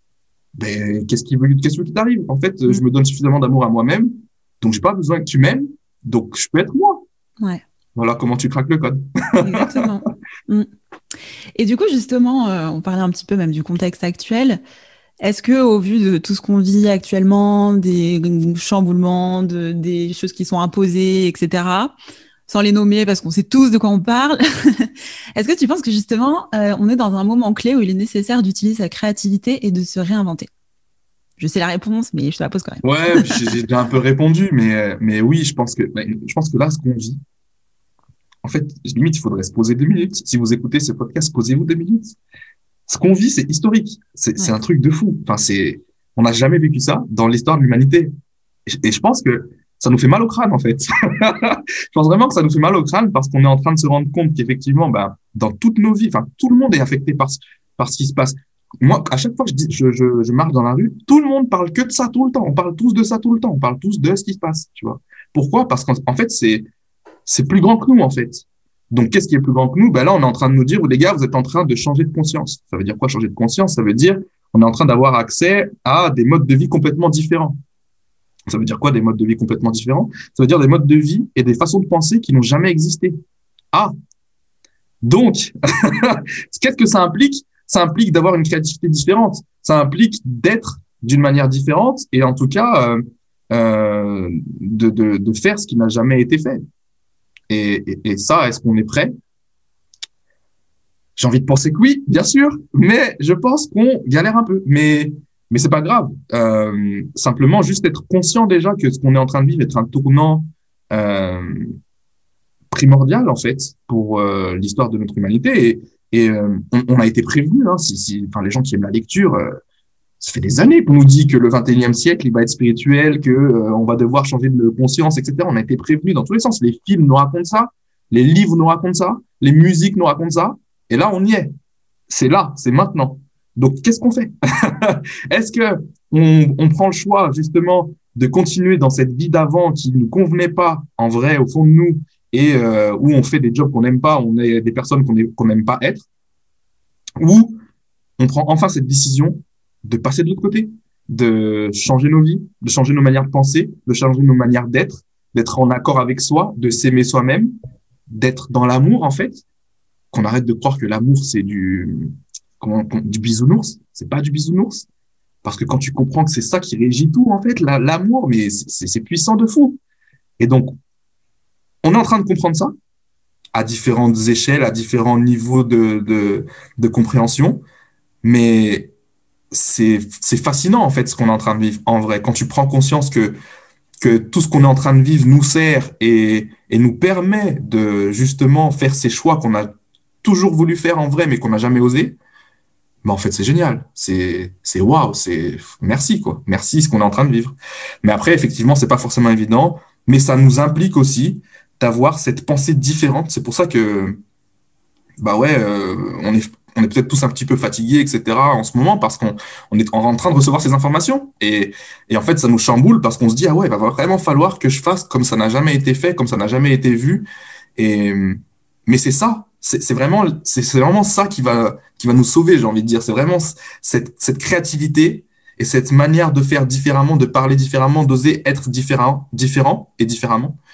ben, qu'est-ce qui t'arrive? En fait, Mm. je me donne suffisamment d'amour à moi-même, donc j'ai pas besoin que tu m'aimes, donc je peux être moi. Ouais. Voilà comment tu craques le code. Exactement. Mm. Et du coup, justement, on parlait un petit peu même du contexte actuel. Est-ce que, au vu de tout ce qu'on vit actuellement, des chamboulements, des choses qui sont imposées, etc., sans les nommer parce qu'on sait tous de quoi on parle, est-ce que tu penses que justement, on est dans un moment clé où il est nécessaire d'utiliser sa créativité et de se réinventer? Je sais la réponse, mais je te la pose quand même. Ouais, j'ai déjà un peu répondu, mais oui, je pense que là, ce qu'on vit, en fait, limite, il faudrait se poser 2 minutes. Si vous écoutez ce podcast, posez-vous 2 minutes. Ce qu'on vit, c'est historique. C'est Ouais. un truc de fou. Enfin, on n'a jamais vécu ça dans l'histoire de l'humanité. Et je pense que ça nous fait mal au crâne, en fait. Je pense vraiment que ça nous fait mal au crâne parce qu'on est en train de se rendre compte qu'effectivement, bah, dans toutes nos vies, enfin, tout le monde est affecté par ce qui se passe. Moi, à chaque fois que je marche dans la rue, tout le monde parle que de ça tout le temps. On parle tous de ça tout le temps. On parle tous de ce qui se passe, tu vois. Pourquoi? Parce qu'en fait, c'est plus grand que nous, en fait. Donc, qu'est-ce qui est plus grand que nous? Ben là, on est en train de nous dire, les gars, vous êtes en train de changer de conscience. Ça veut dire quoi, changer de conscience? Ça veut dire, on est en train d'avoir accès à des modes de vie complètement différents. Ça veut dire quoi, des modes de vie complètement différents? Ça veut dire des modes de vie et des façons de penser qui n'ont jamais existé. Ah, donc, qu'est-ce que ça implique? Ça implique d'avoir une créativité différente. Ça implique d'être d'une manière différente et en tout cas de faire ce qui n'a jamais été fait. Et ça, est-ce qu'on est prêt? J'ai envie de penser que oui, bien sûr, mais je pense qu'on galère un peu. Mais c'est pas grave. Simplement, juste être conscient déjà que ce qu'on est en train de vivre est un tournant euh, primordial en fait pour l'histoire de notre humanité. Et on a été prévenu. Hein, enfin, les gens qui aiment la lecture, ça fait des années qu'on nous dit que le 21e siècle il va être spirituel, que on va devoir changer de conscience, etc. On a été prévenu dans tous les sens. Les films nous racontent ça, les livres nous racontent ça, les musiques nous racontent ça. Et là, on y est. C'est là, c'est maintenant. Donc, qu'est-ce qu'on fait? Est-ce que on prend le choix justement de continuer dans cette vie d'avant qui ne nous convenait pas en vrai au fond de nous et où on fait des jobs qu'on n'aime pas, on est des personnes qu'on n'aime pas être, ou on prend enfin cette décision de passer de l'autre côté, de changer nos vies, de changer nos manières de penser, de changer nos manières d'être en accord avec soi, de s'aimer soi-même, d'être dans l'amour en fait, qu'on arrête de croire que l'amour c'est du bisounours, c'est pas du bisounours. Parce que quand tu comprends que c'est ça qui régit tout, en fait, l'amour, mais c'est puissant de fou. Et donc, on est en train de comprendre ça à différentes échelles, à différents niveaux de compréhension. Mais c'est fascinant, en fait, ce qu'on est en train de vivre en vrai. Quand tu prends conscience que tout ce qu'on est en train de vivre nous sert et nous permet de justement faire ces choix qu'on a toujours voulu faire en vrai, mais qu'on n'a jamais osé, mais en fait, c'est génial. C'est waouh, c'est merci quoi. Merci ce qu'on est en train de vivre. Mais après, effectivement, c'est pas forcément évident, mais ça nous implique aussi d'avoir cette pensée différente. C'est pour ça que, bah ouais, on est peut-être tous un petit peu fatigués, etc. en ce moment parce on est en train de recevoir ces informations et en fait, ça nous chamboule parce qu'on se dit, ah ouais, il va vraiment falloir que je fasse comme ça n'a jamais été fait, comme ça n'a jamais été vu. Et, mais c'est ça, c'est vraiment ça qui va nous sauver, j'ai envie de dire. C'est vraiment cette créativité et cette manière de faire différemment, de parler différemment, d'oser être différent et différemment,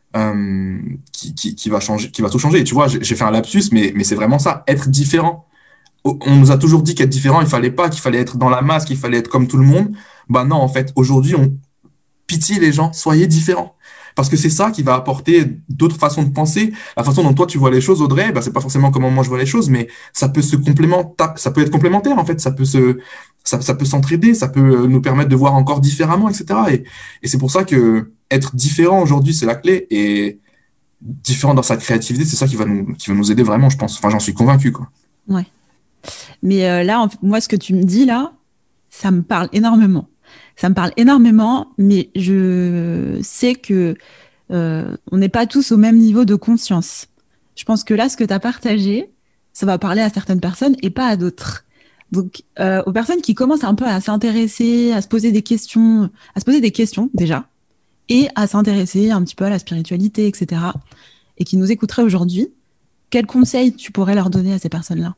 qui va changer, qui va tout changer. Et tu vois, j'ai fait un lapsus, mais c'est vraiment ça, être différent. On nous a toujours dit qu'être différent, il fallait pas, qu'il fallait être dans la masse, qu'il fallait être comme tout le monde. Bah non, en fait, aujourd'hui, on pitié les gens, soyez différents. Parce que c'est ça qui va apporter d'autres façons de penser. La façon dont toi tu vois les choses, Audrey, bah, c'est pas forcément comment moi je vois les choses, mais ça peut se complémenter, ça peut être complémentaire en fait, ça peut s'entraider, ça peut nous permettre de voir encore différemment, etc. Et c'est pour ça que être différent aujourd'hui, c'est la clé. Et différent dans sa créativité, c'est ça qui va nous aider vraiment, je pense. Enfin, j'en suis convaincu, quoi. Ouais. Mais là, moi, ce que tu me dis là, ça me parle énormément. Ça me parle énormément, mais je sais que on n'est pas tous au même niveau de conscience. Je pense que là, ce que tu as partagé, ça va parler à certaines personnes et pas à d'autres. Donc, aux personnes qui commencent un peu à s'intéresser, à se poser des questions, déjà, et à s'intéresser un petit peu à la spiritualité, etc., et qui nous écouteraient aujourd'hui, quels conseils tu pourrais leur donner à ces personnes-là?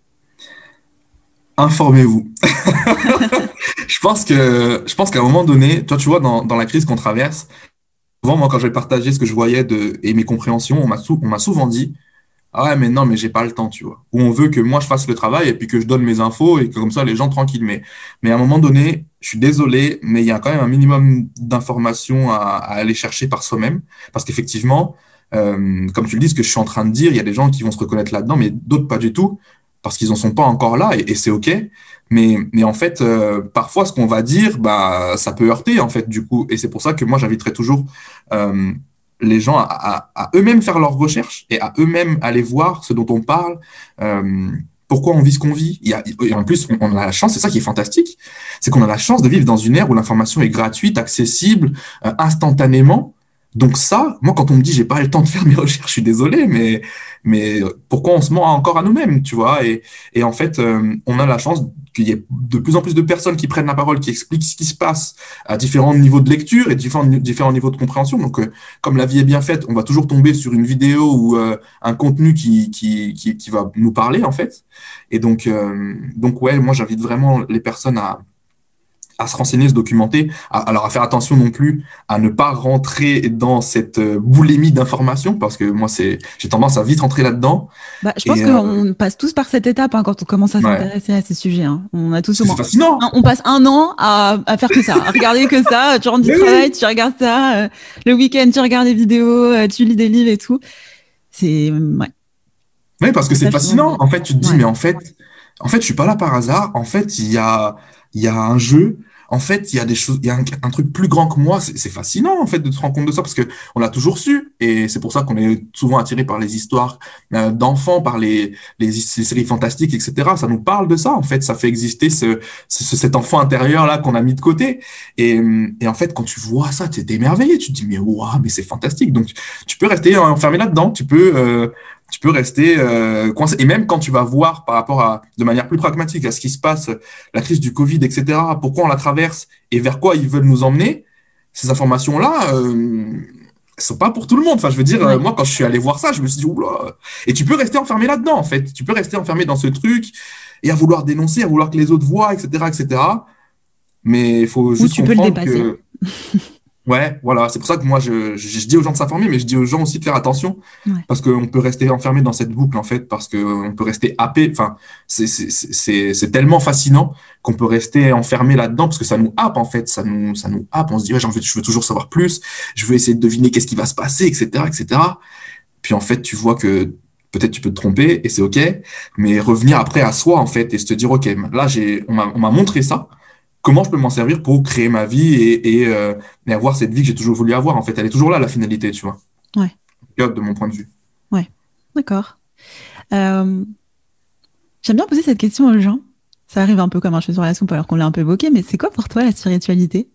Informez-vous. Je pense qu'à un moment donné, toi, tu vois, dans la crise qu'on traverse, souvent, moi, quand je vais partager ce que je voyais et mes compréhensions, on m'a souvent dit, ah ouais, mais non, mais j'ai pas le temps, tu vois. Ou on veut que moi, je fasse le travail et puis que je donne mes infos et que comme ça, les gens tranquilles. Mais à un moment donné, je suis désolé, mais il y a quand même un minimum d'informations à aller chercher par soi-même. Parce qu'effectivement, comme tu le dis, ce que je suis en train de dire, il y a des gens qui vont se reconnaître là-dedans, mais d'autres pas du tout, parce qu'ils en sont pas encore là et c'est OK. Mais en fait, parfois, ce qu'on va dire, bah, ça peut heurter, en fait, du coup. Et c'est pour ça que moi, j'inviterais toujours euh, les gens à eux-mêmes faire leurs recherches et à eux-mêmes aller voir ce dont on parle, euh, pourquoi on vit ce qu'on vit. Et en plus, on a la chance, c'est ça qui est fantastique, c'est qu'on a la chance de vivre dans une ère où l'information est gratuite, accessible, instantanément. Donc ça, moi, quand on me dit j'ai pas le temps de faire mes recherches, je suis désolé, mais pourquoi on se ment encore à nous-mêmes, tu vois? Et en fait, on a la chance qu'il y ait de plus en plus de personnes qui prennent la parole, qui expliquent ce qui se passe à différents niveaux de lecture et différents niveaux de compréhension. Donc, comme la vie est bien faite, on va toujours tomber sur une vidéo ou un contenu qui va nous parler, en fait. Et donc ouais, moi, j'invite vraiment les personnes à se renseigner, se documenter, alors à faire attention non plus à ne pas rentrer dans cette boulimie d'informations, parce que moi, j'ai tendance à vite rentrer là-dedans. Bah, je pense Et qu'on passe tous par cette étape hein, quand on commence à ouais, s'intéresser à ces sujets. Hein. On a tous parce au que c'est moins. fascinant. On passe un an à faire que ça, à regarder que ça. Tu rentres du Oui, travail, oui. tu regardes ça. Le week-end, tu regardes des vidéos, tu lis des livres et tout. Ouais, Oui, parce que c'est c'est fascinant. passionnant. En fait, tu te dis, Ouais. mais en fait, je suis pas là par hasard. En fait, il y a un jeu. En fait, il y a des choses, il y a un truc plus grand que moi. C'est fascinant, en fait, de te rendre compte de ça, parce que on l'a toujours su. Et c'est pour ça qu'on est souvent attiré par les histoires d'enfants, par les séries fantastiques, etc. Ça nous parle de ça, en fait. Ça fait exister cet enfant intérieur-là qu'on a mis de côté. Et en fait, quand tu vois ça, t'es émerveillé. Tu te dis, mais waouh, mais c'est fantastique. Donc, tu peux rester enfermé là-dedans. Tu peux rester coincé. Et même quand tu vas voir par rapport de manière plus pragmatique à ce qui se passe, la crise du Covid, etc., pourquoi on la traverse et vers quoi ils veulent nous emmener, ces informations-là, sont pas pour tout le monde. Enfin, je veux dire, Ouais. moi, quand je suis allé voir ça, je me suis dit, oula. Et tu peux rester enfermé là-dedans, en fait. Tu peux rester enfermé dans ce truc et à vouloir dénoncer, à vouloir que les autres voient, etc., etc. Mais il faut Ou juste tu peux le comprendre dépasser. que ouais, voilà, c'est pour ça que moi je dis aux gens de s'informer, mais je dis aux gens aussi de faire attention Ouais. parce qu'on peut rester enfermé dans cette boucle en fait, parce qu'on peut rester happé. Enfin, c'est tellement fascinant qu'on peut rester enfermé là-dedans parce que ça nous happe en fait, ça nous happe. On se dit ouais, je veux toujours savoir plus, je veux essayer de deviner qu'est-ce qui va se passer, etc., etc. Puis en fait, tu vois que peut-être tu peux te tromper et c'est ok, mais revenir après à soi en fait et se dire ok, là on m'a montré ça. Comment je peux m'en servir pour créer ma vie et avoir cette vie que j'ai toujours voulu avoir, en fait. Elle est toujours là, la finalité, tu vois. Ouais. De mon point de vue. Ouais. D'accord. Euh, J'aime bien poser cette question aux gens. Ça arrive un peu comme un cheveu sur la soupe alors qu'on l'a un peu évoqué, mais c'est quoi pour toi la spiritualité?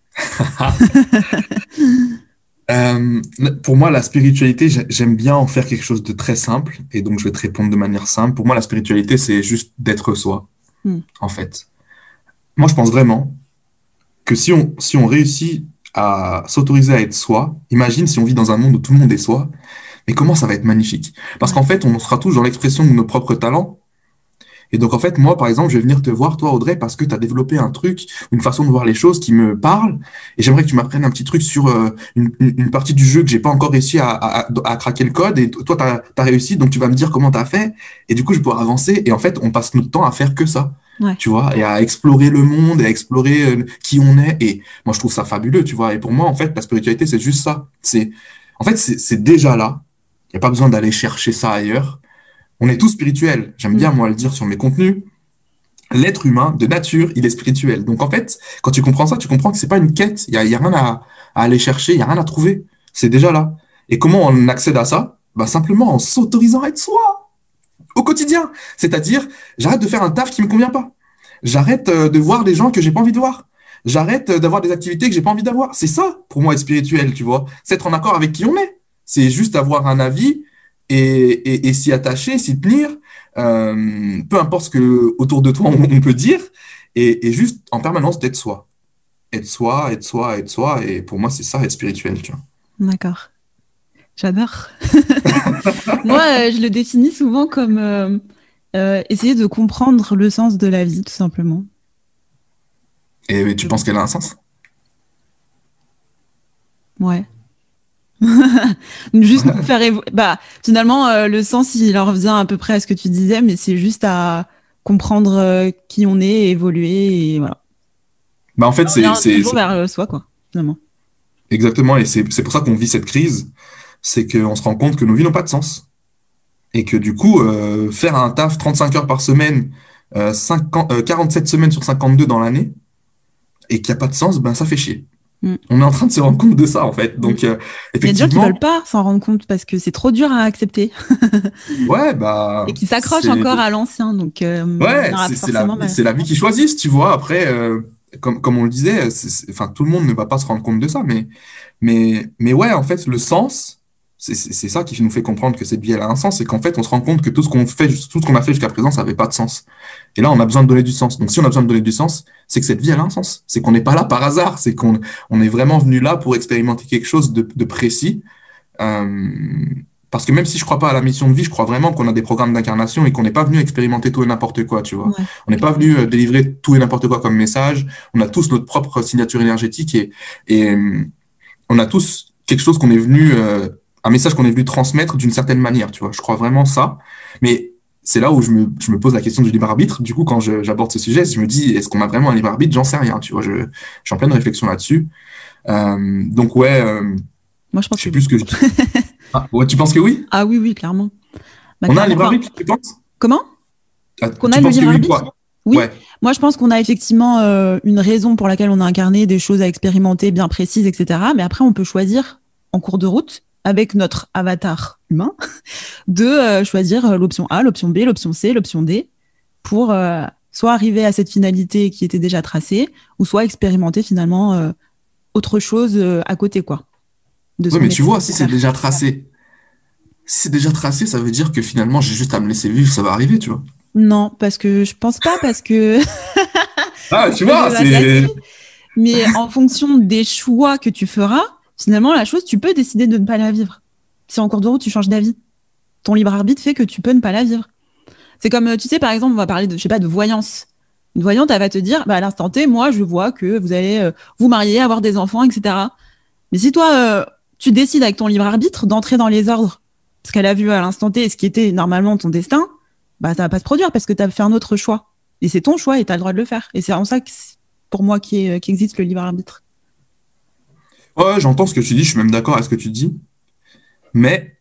Euh, pour moi, la spiritualité, j'aime bien en faire quelque chose de très simple, et donc je vais te répondre de manière simple. Pour moi, la spiritualité, c'est juste d'être soi, Hmm. en fait. Moi, je pense vraiment que si on réussit à s'autoriser à être soi, imagine si on vit dans un monde où tout le monde est soi, mais comment ça va être magnifique. Parce Ouais. qu'en fait, on sera tous dans l'expression de nos propres talents. Et donc, en fait, moi, par exemple, je vais venir te voir, toi, Audrey, parce que tu as développé un truc, une façon de voir les choses qui me parle. Et j'aimerais que tu m'apprennes un petit truc sur une partie du jeu que j'ai pas encore réussi à craquer le code. Et toi, tu as réussi, donc tu vas me dire comment tu as fait. Et du coup, je pourrais avancer. Et en fait, on passe notre temps à faire que ça. Ouais. Tu vois, et à explorer le monde, et à explorer qui on est. Et moi, je trouve ça fabuleux, tu vois. Et pour moi, en fait, la spiritualité, c'est juste ça. En fait, c'est déjà là. Il n'y a pas besoin d'aller chercher ça ailleurs. On est tous spirituels. J'aime Mm. bien, moi, le dire sur mes contenus. L'être humain, de nature, il est spirituel. Donc, en fait, quand tu comprends ça, tu comprends que c'est pas une quête. Il y a rien à aller chercher. Il y a rien à trouver. C'est déjà là. Et comment on accède à ça? Bah, simplement en s'autorisant à être soi au quotidien. C'est-à-dire, j'arrête de faire un taf qui me convient pas. J'arrête de voir des gens que j'ai pas envie de voir. J'arrête d'avoir des activités que j'ai pas envie d'avoir. C'est ça, pour moi, être spirituel, tu vois. C'est être en accord avec qui on est. C'est juste avoir un avis et s'y attacher, s'y tenir, peu importe ce que autour de toi on peut dire, et juste en permanence d'être soi. Être soi, être soi, être soi. Et pour moi, c'est ça, être spirituel, tu vois. D'accord. J'adore. Moi, je le définis souvent comme essayer de comprendre le sens de la vie, tout simplement. Et tu penses qu'elle a un sens? Ouais. Juste nous faire bah finalement le sens il en revient à peu près à ce que tu disais, mais c'est juste à comprendre qui on est, évoluer et voilà. Bah, en fait, On revient toujours vers soi quoi, finalement. exactement, et c'est pour ça qu'on vit cette crise, c'est qu'on se rend compte que nos vies n'ont pas de sens. Et que du coup, faire un taf 35 heures par semaine, 47 semaines sur 52 dans l'année, et qu'il n'y a pas de sens, ben ça fait chier. Mm. On est en train de se rendre compte de ça, en fait. Mm. Donc, Il y a des gens qui veulent effectivement, pas s'en rendre compte parce que c'est trop dur à accepter ouais, et bah, qui s'accrochent c'est, encore à l'ancien, donc il y ouais, aura forcément mal. c'est la vie qui choisit, tu vois. Après, comme on le disait, enfin, tout le monde ne va pas se rendre compte de ça, mais ouais, en fait, le sens, c'est ça qui nous fait comprendre que cette vie, elle a un sens, c'est qu'en fait, on se rend compte que tout ce qu'on fait, tout ce qu'on a fait jusqu'à présent, ça n'avait pas de sens. Et là, on a besoin de donner du sens. Donc, si on a besoin de donner du sens, c'est que cette vie, elle a un sens. C'est qu'on n'est pas là par hasard. C'est qu'on est vraiment venu là pour expérimenter quelque chose de précis. Euh, Parce que même si je crois pas à la mission de vie, je crois vraiment qu'on a des programmes d'incarnation et qu'on n'est pas venu expérimenter tout et n'importe quoi, tu vois. Ouais. On n'est pas venu délivrer tout et n'importe quoi comme message. On a tous notre propre signature énergétique et on a tous quelque chose qu'on est venu, un message qu'on est venu transmettre d'une certaine manière, tu vois. Je crois vraiment ça. Mais c'est là où je me pose la question du libre arbitre. Du coup, quand j'aborde ce sujet, je me dis, est-ce qu'on a vraiment un libre arbitre? J'en sais rien, tu vois. Je suis en pleine réflexion là-dessus. Donc ouais, Moi je pense je que sais plus oui. ce que je dis. Ah, ouais, tu penses que oui? Ah oui oui clairement. Bah On a un clairement. libre Enfin, arbitre, tu penses? comment? Ah, Qu'on tu a le penses que libre oui, arbitre? quoi? Oui, Ouais. moi je pense qu'on a effectivement une raison pour laquelle on a incarné des choses à expérimenter bien précises, etc. Mais après, on peut choisir en cours de route, avec notre avatar humain, de choisir l'option A, l'option B, l'option C, l'option D, pour soit arriver à cette finalité qui était déjà tracée, ou soit expérimenter finalement autre chose à côté, quoi, de ce Ouais, qu'on mais est tu vois, censé si c'est faire. déjà tracé, si c'est déjà tracé, ça veut dire que finalement, j'ai juste à me laisser vivre, ça va arriver, tu vois. Non, parce que je pense pas, parce que Ah, je tu me vois, débat là-dessus. c'est... Mais en fonction des choix que tu feras, finalement, la chose, tu peux décider de ne pas la vivre. Si en cours de route, tu changes d'avis. Ton libre arbitre fait que tu peux ne pas la vivre. C'est comme, tu sais, par exemple, on va parler de, je sais pas, de voyance. Une voyante, elle va te dire, bah, à l'instant T, moi, je vois que vous allez vous marier, avoir des enfants, etc. Mais si toi, tu décides avec ton libre arbitre d'entrer dans les ordres, parce qu'elle a vu à l'instant T ce qui était normalement ton destin, bah, ça va pas se produire parce que tu as fait un autre choix. Et c'est ton choix et tu as le droit de le faire. Et c'est en ça que, pour moi, qui existe le libre arbitre. Ouais, j'entends ce que tu dis, je suis même d'accord avec ce que tu dis, mais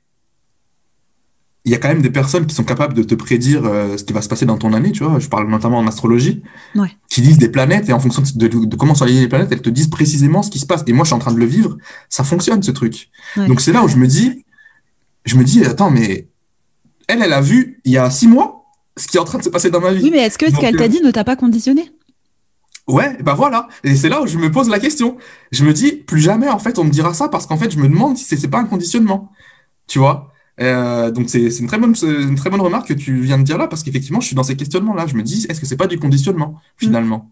il y a quand même des personnes qui sont capables de te prédire ce qui va se passer dans ton année, tu vois. Je parle notamment en astrologie, Ouais. qui lisent des planètes et en fonction de comment sont alignées les planètes, elles te disent précisément ce qui se passe. Et moi, je suis en train de le vivre, ça fonctionne ce truc. Ouais. Donc c'est là où je me dis, attends, mais elle a vu il y a 6 mois ce qui est en train de se passer dans ma Oui, vie. mais est-ce que ce Donc, qu'elle t'a dit ne t'a pas conditionné? ouais, bah voilà. Et c'est là où je me pose la question. Je me dis, plus jamais, en fait, on me dira ça parce qu'en fait, je me demande si c'est pas un conditionnement. Tu vois? Donc c'est une très bonne remarque que tu viens de dire là parce qu'effectivement, je suis dans ces questionnements-là. Je me dis, est-ce que c'est pas du conditionnement, Mm. finalement?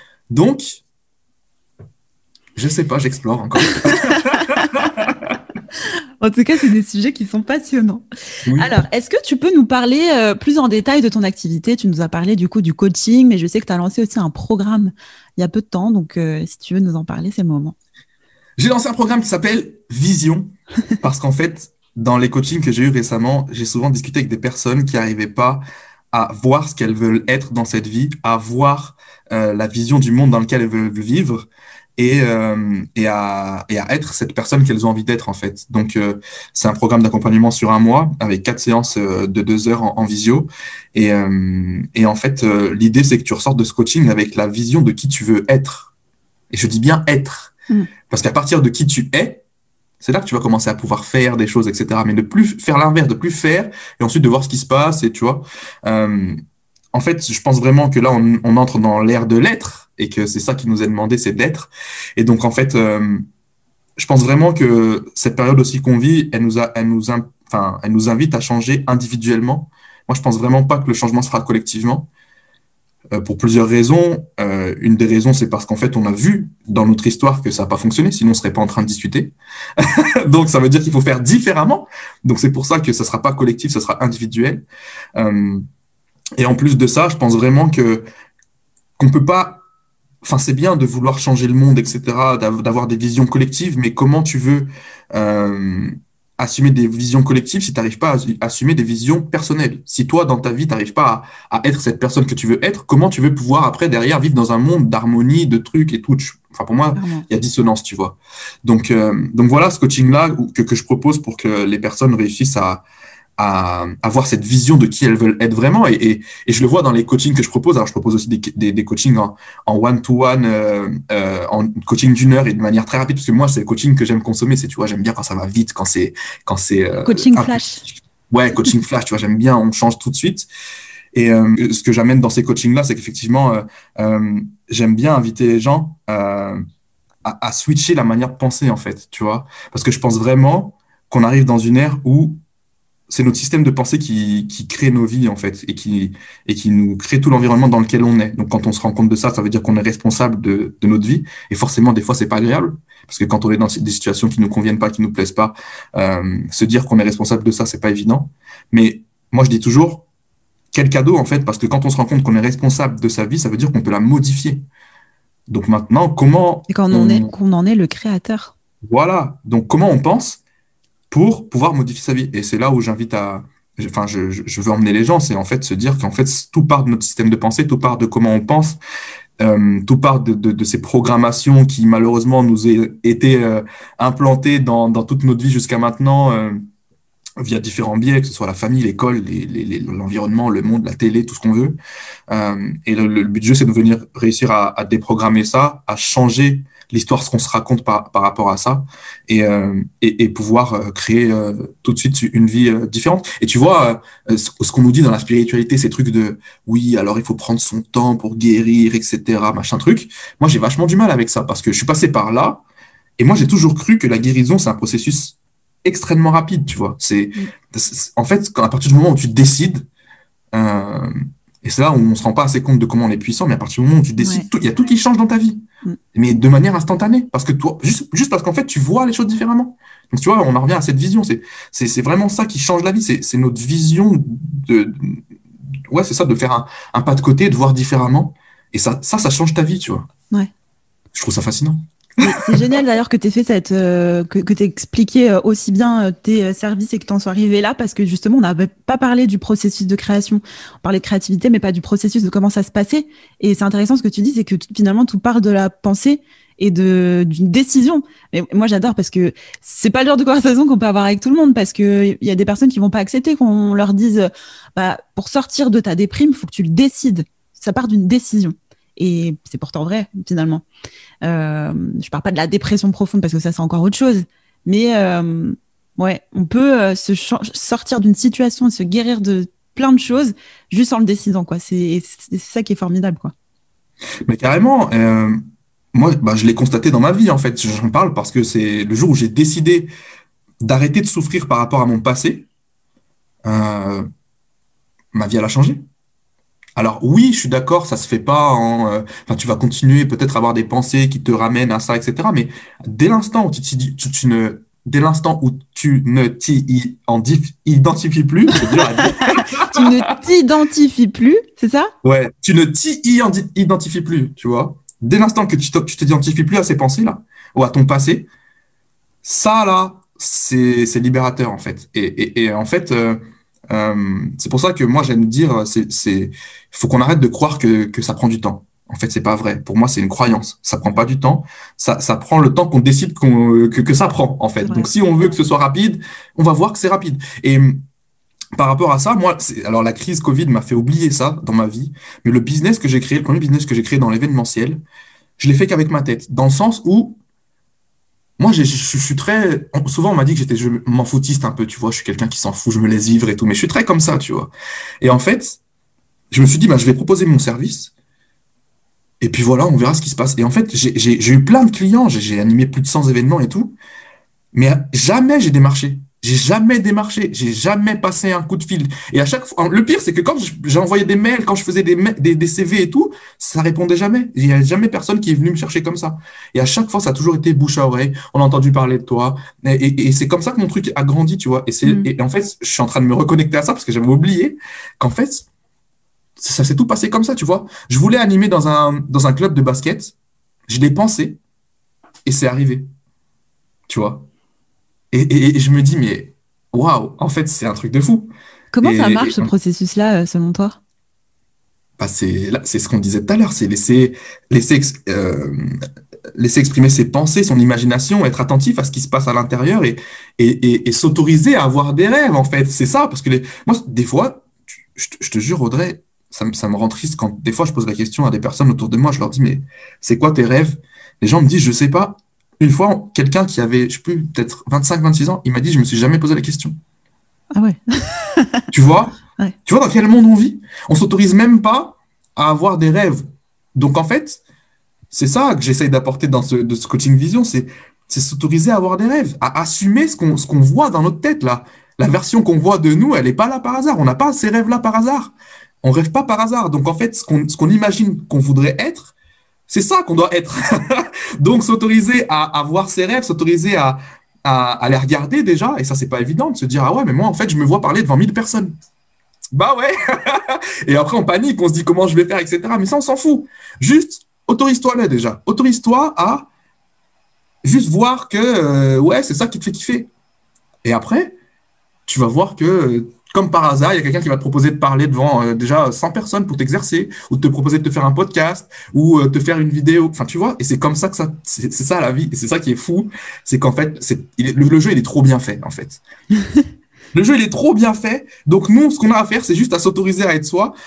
Donc, je sais pas, j'explore encore. En tout cas, c'est des sujets qui sont passionnants. Oui. Alors, est-ce que tu peux nous parler plus en détail de ton activité? Tu nous as parlé du coup du coaching, mais je sais que tu as lancé aussi un programme il y a peu de temps. Donc, si tu veux nous en parler, c'est le moment. J'ai lancé un programme qui s'appelle Vision, parce qu'en fait, dans les coachings que j'ai eu récemment, j'ai souvent discuté avec des personnes qui n'arrivaient pas à voir ce qu'elles veulent être dans cette vie, à voir la vision du monde dans lequel elles veulent vivre et à être cette personne qu'elles ont envie d'être en fait. Donc c'est un programme d'accompagnement sur un mois avec 4 séances de 2 heures en visio. Et en fait, l'idée c'est que tu ressortes de ce coaching avec la vision de qui tu veux être. Et je dis bien être. Mm. Parce qu'à partir de qui tu es, c'est là que tu vas commencer à pouvoir faire des choses, etc. Mais de plus faire l'inverse, de plus faire, et ensuite de voir ce qui se passe, et tu vois. Euh, En fait, je pense vraiment que là, on entre dans l'ère de l'être, et que c'est ça qui nous est demandé, c'est d'être. Et donc, en fait, je pense vraiment que cette période aussi qu'on vit, enfin, elle nous invite à changer individuellement. Moi, je pense vraiment pas que le changement se fera collectivement pour plusieurs raisons. Une des raisons, c'est parce qu'en fait, on a vu dans notre histoire que ça n'a pas fonctionné, sinon on serait pas en train de discuter. Donc, ça veut dire qu'il faut faire différemment. Donc, c'est pour ça que ça sera pas collectif, ça sera individuel. Euh, et en plus de ça, je pense vraiment que qu'on peut pas. Enfin, c'est bien de vouloir changer le monde, etc., d'avoir des visions collectives, mais comment tu veux euh, assumer des visions collectives si tu n'arrives pas à assumer des visions personnelles? Si toi, dans ta vie, tu n'arrives pas à être cette personne que tu veux être, comment tu veux pouvoir après, derrière, vivre dans un monde d'harmonie, de trucs et tout? Enfin, pour moi, Clairement. il y a dissonance, tu vois. Donc voilà ce coaching-là que je propose pour que les personnes réussissent à avoir cette vision de qui elles veulent être vraiment. Et je le vois dans les coachings que je propose. Alors, je propose aussi des coachings en one-to-one, en coaching d'1 heure et de manière très rapide, parce que moi, c'est le coaching que j'aime consommer. C'est, tu vois, j'aime bien quand ça va vite, quand c'est Coaching flash. ouais, coaching flash, tu vois, j'aime bien, on change tout de suite. Et ce que j'amène dans ces coachings-là, c'est qu'effectivement, j'aime bien inviter les gens à switcher la manière de penser, en fait, tu vois. Parce que je pense vraiment qu'on arrive dans une ère où c'est notre système de pensée qui crée nos vies, en fait, et qui nous crée tout l'environnement dans lequel on est. Donc, quand on se rend compte de ça, ça veut dire qu'on est responsable de notre vie. Et forcément, des fois, c'est pas agréable. Parce que quand on est dans des situations qui nous conviennent pas, qui nous plaisent pas, se dire qu'on est responsable de ça, c'est pas évident. Mais moi, je dis toujours, quel cadeau, en fait, parce que quand on se rend compte qu'on est responsable de sa vie, ça veut dire qu'on peut la modifier. Donc maintenant, Et quand on est, qu'on en est le créateur. voilà. Donc, comment on pense pour pouvoir modifier sa vie. Et c'est là où enfin, je veux emmener les gens, c'est en fait se dire qu'en fait, tout part de notre système de pensée, tout part de comment on pense, tout part de ces programmations qui malheureusement nous ont été implantées dans toute notre vie jusqu'à maintenant, via différents biais, que ce soit la famille, l'école, l'environnement, le monde, la télé, tout ce qu'on veut. Et le but du jeu, c'est de venir réussir à déprogrammer ça, à changer l'histoire, ce qu'on se raconte par rapport à ça, et pouvoir créer tout de suite une vie différente. Et tu vois, ce qu'on nous dit dans la spiritualité, ces trucs de oui, alors il faut prendre son temps pour guérir, etc., machin truc. Moi, j'ai vachement du mal avec ça parce que je suis passé par là, et moi, j'ai toujours cru que la guérison, c'est un processus extrêmement rapide, tu vois. Mm. En fait, à partir du moment où tu décides, euh, et c'est là où on se rend pas assez compte de comment on est puissant, mais à partir du moment où tu Ouais. décides, il y a tout qui change dans ta vie, Mm. mais de manière instantanée, parce que toi, juste parce qu'en fait, tu vois les choses différemment. Donc, tu vois, on en revient à cette vision. C'est vraiment ça qui change la vie. C'est notre vision ouais, c'est ça, de faire un pas de côté, de voir différemment. Et ça change ta vie, tu vois. Ouais. Je trouve ça fascinant. C'est génial d'ailleurs que tu aies fait que tu expliqué aussi bien tes services et que tu en sois arrivé là parce que justement, on n'avait pas parlé du processus de création. On parlait de créativité, mais pas du processus de comment ça se passait. Et c'est intéressant ce que tu dis, c'est que finalement, tout part de la pensée et d'une décision. Mais moi, j'adore parce que c'est pas le genre de conversation qu'on peut avoir avec tout le monde parce que il y a des personnes qui vont pas accepter qu'on leur dise, bah, pour sortir de ta déprime, il faut que tu le décides. Ça part d'une décision. Et c'est pourtant vrai, finalement. Je parle pas de la dépression profonde parce que ça c'est encore autre chose, mais ouais, on peut sortir d'une situation et se guérir de plein de choses juste en le décidant quoi. C'est ça qui est formidable quoi. Mais carrément, moi, bah, je l'ai constaté dans ma vie, en fait. J'en parle parce que c'est le jour où j'ai décidé d'arrêter de souffrir par rapport à mon passé, euh, ma vie, elle a changé. Alors oui, je suis d'accord, ça se fait pas enfin, tu vas continuer peut-être à avoir des pensées qui te ramènent à ça, etc. Mais dès l'instant où tu te dis, dès l'instant où tu ne t'identifies plus, c'est dur à dire. Tu ne t'identifies plus, c'est ça? Ouais, tu ne t'identifies plus, tu vois. Dès l'instant que tu t'identifies plus à ces pensées-là, ou à ton passé, ça, là, c'est libérateur, en fait. Et en fait, c'est pour ça que moi, j'aime dire, faut qu'on arrête de croire que ça prend du temps. En fait, c'est pas vrai. Pour moi, c'est une croyance. Ça prend pas du temps. Ça prend le temps qu'on décide que ça prend, en fait. C'est Donc, vrai. si on veut que ce soit rapide, on va voir que c'est rapide. Et par rapport à ça, moi, alors la crise Covid m'a fait oublier ça dans ma vie. Mais le business que j'ai créé, le premier business que j'ai créé dans l'événementiel, je l'ai fait qu'avec ma tête. Dans le sens où moi, je suis très. Souvent, on m'a dit que je m'en foutiste un peu, tu vois. Je suis quelqu'un qui s'en fout, je me laisse vivre et tout. Mais je suis très comme ça, tu vois. Et en fait, je me suis dit, bah, je vais proposer mon service. Et puis voilà, on verra ce qui se passe. Et en fait, j'ai eu plein de clients. J'ai animé plus de 100 événements et tout. Mais jamais j'ai démarché. J'ai jamais démarché. J'ai jamais passé un coup de fil. Et à chaque fois, le pire, c'est que quand j'ai envoyé des mails, quand je faisais des CV et tout, ça répondait jamais. Il y a jamais personne qui est venu me chercher comme ça. Et à chaque fois, ça a toujours été bouche à oreille. On a entendu parler de toi. Et c'est comme ça que mon truc a grandi, tu vois. Mm. Et en fait, je suis en train de me reconnecter à ça parce que j'avais oublié qu'en fait, ça s'est tout passé comme ça, tu vois. Je voulais animer dans un club de basket. Je l'ai pensé et c'est arrivé, tu vois. Et je me dis, mais waouh, en fait, c'est un truc de fou. Comment ça marche Et ce processus-là, selon toi? bah, c'est ce qu'on disait tout à l'heure, c'est laisser, ex- euh, laisser exprimer ses pensées, son imagination, être attentif à ce qui se passe à l'intérieur et s'autoriser à avoir des rêves, en fait. C'est ça, parce que moi, des fois, je te jure, Audrey, ça me rend triste quand des fois je pose la question à des personnes autour de moi, je leur dis, mais c'est quoi tes rêves? Les gens me disent, je sais pas. Une fois, quelqu'un qui avait, je sais plus, peut-être 25, 26 ans, il m'a dit, je me suis jamais posé la question. Ah ouais. Tu vois? Ouais. Tu vois dans quel monde on vit? On s'autorise même pas à avoir des rêves. Donc en fait, c'est ça que j'essaye d'apporter de ce coaching vision, c'est s'autoriser à avoir des rêves, à assumer ce qu'on voit dans notre tête là. La version qu'on voit de nous, elle n'est pas là par hasard. On n'a pas ces rêves-là par hasard. On rêve pas par hasard. Donc en fait, ce qu'on imagine qu'on voudrait être, c'est ça qu'on doit être. Donc s'autoriser à avoir ses rêves, s'autoriser à les regarder déjà, et ça c'est pas évident de se dire ah ouais mais moi en fait je me vois parler devant 1000 personnes. Bah ouais. Et après, on panique, on se dit comment je vais faire, etc. Mais ça, on s'en fout. Juste, autorise-toi là déjà. Autorise-toi à juste voir que, ouais, c'est ça qui te fait kiffer. Et après, tu vas voir que, comme par hasard, il y a quelqu'un qui va te proposer de parler devant déjà 100 personnes pour t'exercer, ou de te proposer de te faire un podcast, ou te faire une vidéo. Enfin, tu vois, et c'est comme ça que c'est ça la vie. Et c'est ça qui est fou. C'est qu'en fait, le jeu, il est trop bien fait, en fait. Le jeu, il est trop bien fait. Donc, nous, ce qu'on a à faire, c'est juste à s'autoriser à être soi,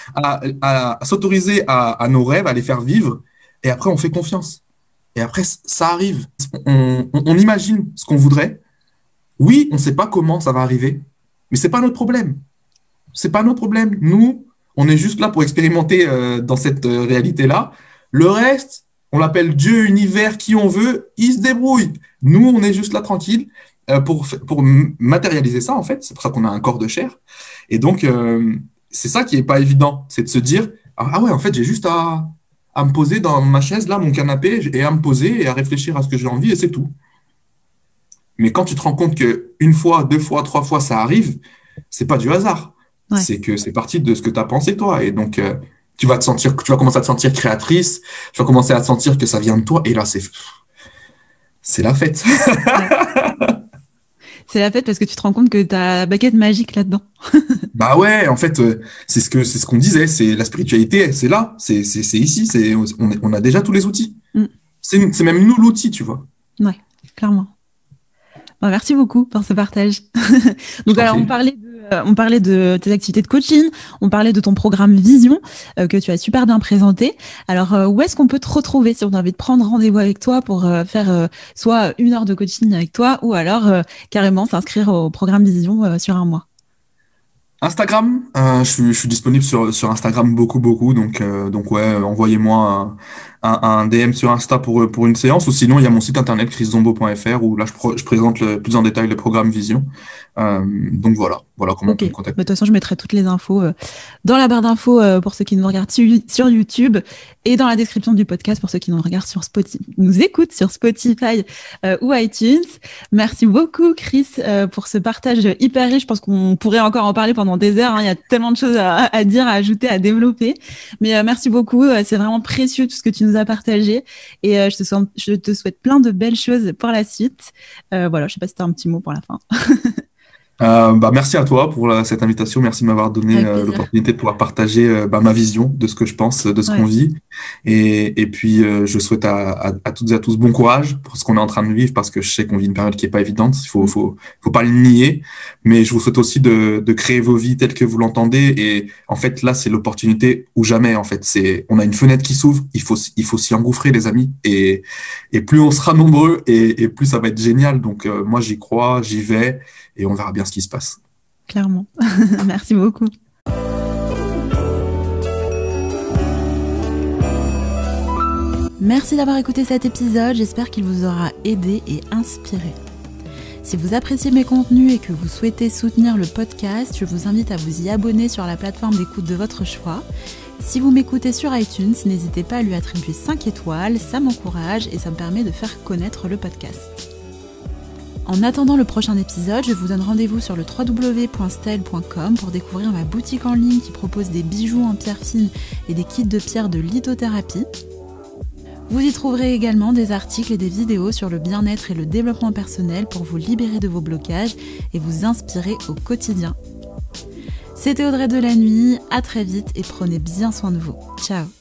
à s'autoriser à nos rêves, à les faire vivre. Et après, on fait confiance. Et après, ça arrive. On imagine ce qu'on voudrait. Oui, on ne sait pas comment ça va arriver, mais c'est pas notre problème. C'est pas notre problème. Nous, on est juste là pour expérimenter dans cette réalité-là. Le reste, on l'appelle Dieu, univers, qui on veut, il se débrouille. Nous, on est juste là tranquille pour matérialiser ça, en fait. C'est pour ça qu'on a un corps de chair. Et donc, c'est ça qui est pas évident. C'est de se dire, ah ouais, en fait, j'ai juste à me poser dans ma chaise, là, mon canapé, et à me poser et à réfléchir à ce que j'ai envie, et c'est tout. Mais quand tu te rends compte que une fois, deux fois, trois fois, ça arrive, c'est pas du hasard. Ouais. C'est que c'est parti de ce que tu as pensé, toi. Et donc, tu vas commencer à te sentir créatrice, tu vas commencer à te sentir que ça vient de toi. Et là, c'est la fête. Ouais. C'est la fête parce que tu te rends compte que tu as la baguette magique là-dedans. Bah ouais, en fait, c'est ce qu'on disait. C'est la spiritualité, c'est là, c'est ici. On a déjà tous les outils. Mm. C'est même nous l'outil, tu vois. Ouais, clairement. Bon, merci beaucoup pour ce partage. Je Donc, t'en alors, prie. on parlait de tes activités de coaching, on parlait de ton programme Vision que tu as super bien présenté. Alors, où est-ce qu'on peut te retrouver si on a envie de prendre rendez-vous avec toi pour faire soit 1 heure de coaching avec toi ou alors carrément s'inscrire au programme Vision sur un mois? Instagram, je suis disponible sur Instagram beaucoup, beaucoup. Donc ouais, envoyez-moi un DM sur Insta pour une séance, ou sinon il y a mon site internet chriszombo.fr où là je présente plus en détail le programme Vision. Donc voilà comment on peut me contacter. De toute façon, je mettrai toutes les infos dans la barre d'infos pour ceux qui nous regardent sur YouTube et dans la description du podcast pour ceux qui nous regardent sur Spotify, nous écoutent sur Spotify ou iTunes. Merci beaucoup, Chris, pour ce partage hyper riche. Je pense qu'on pourrait encore en parler pendant des heures. Il y a tellement de choses à dire, à ajouter, à développer. Mais merci beaucoup. C'est vraiment précieux tout ce que tu nous as partagé. Et je te souhaite plein de belles choses pour la suite. Voilà, je sais pas si tu as un petit mot pour la fin. Merci à toi pour cette invitation. Merci de m'avoir donné l'opportunité de pouvoir partager ma vision de ce que je pense, de ce qu'on vit. Et puis, je souhaite à toutes et à tous bon courage pour ce qu'on est en train de vivre, parce que je sais qu'on vit une période qui est pas évidente. Il faut pas le nier. Mais je vous souhaite aussi de créer vos vies telles que vous l'entendez. Et en fait, là, c'est l'opportunité ou jamais. En fait, on a une fenêtre qui s'ouvre. Il faut s'y engouffrer, les amis. Et plus on sera nombreux, et plus ça va être génial. Donc, moi, j'y crois, j'y vais. Et on verra bien ce qui se passe. Clairement. Merci beaucoup. Merci d'avoir écouté cet épisode. J'espère qu'il vous aura aidé et inspiré. Si vous appréciez mes contenus et que vous souhaitez soutenir le podcast, je vous invite à vous y abonner sur la plateforme d'écoute de votre choix. Si vous m'écoutez sur iTunes, n'hésitez pas à lui attribuer 5 étoiles, ça m'encourage et ça me permet de faire connaître le podcast. En attendant le prochain épisode, je vous donne rendez-vous sur le www.stel.com pour découvrir ma boutique en ligne qui propose des bijoux en pierre fine et des kits de pierre de lithothérapie. Vous y trouverez également des articles et des vidéos sur le bien-être et le développement personnel pour vous libérer de vos blocages et vous inspirer au quotidien. C'était Audrey Delannuy, à très vite et prenez bien soin de vous. Ciao.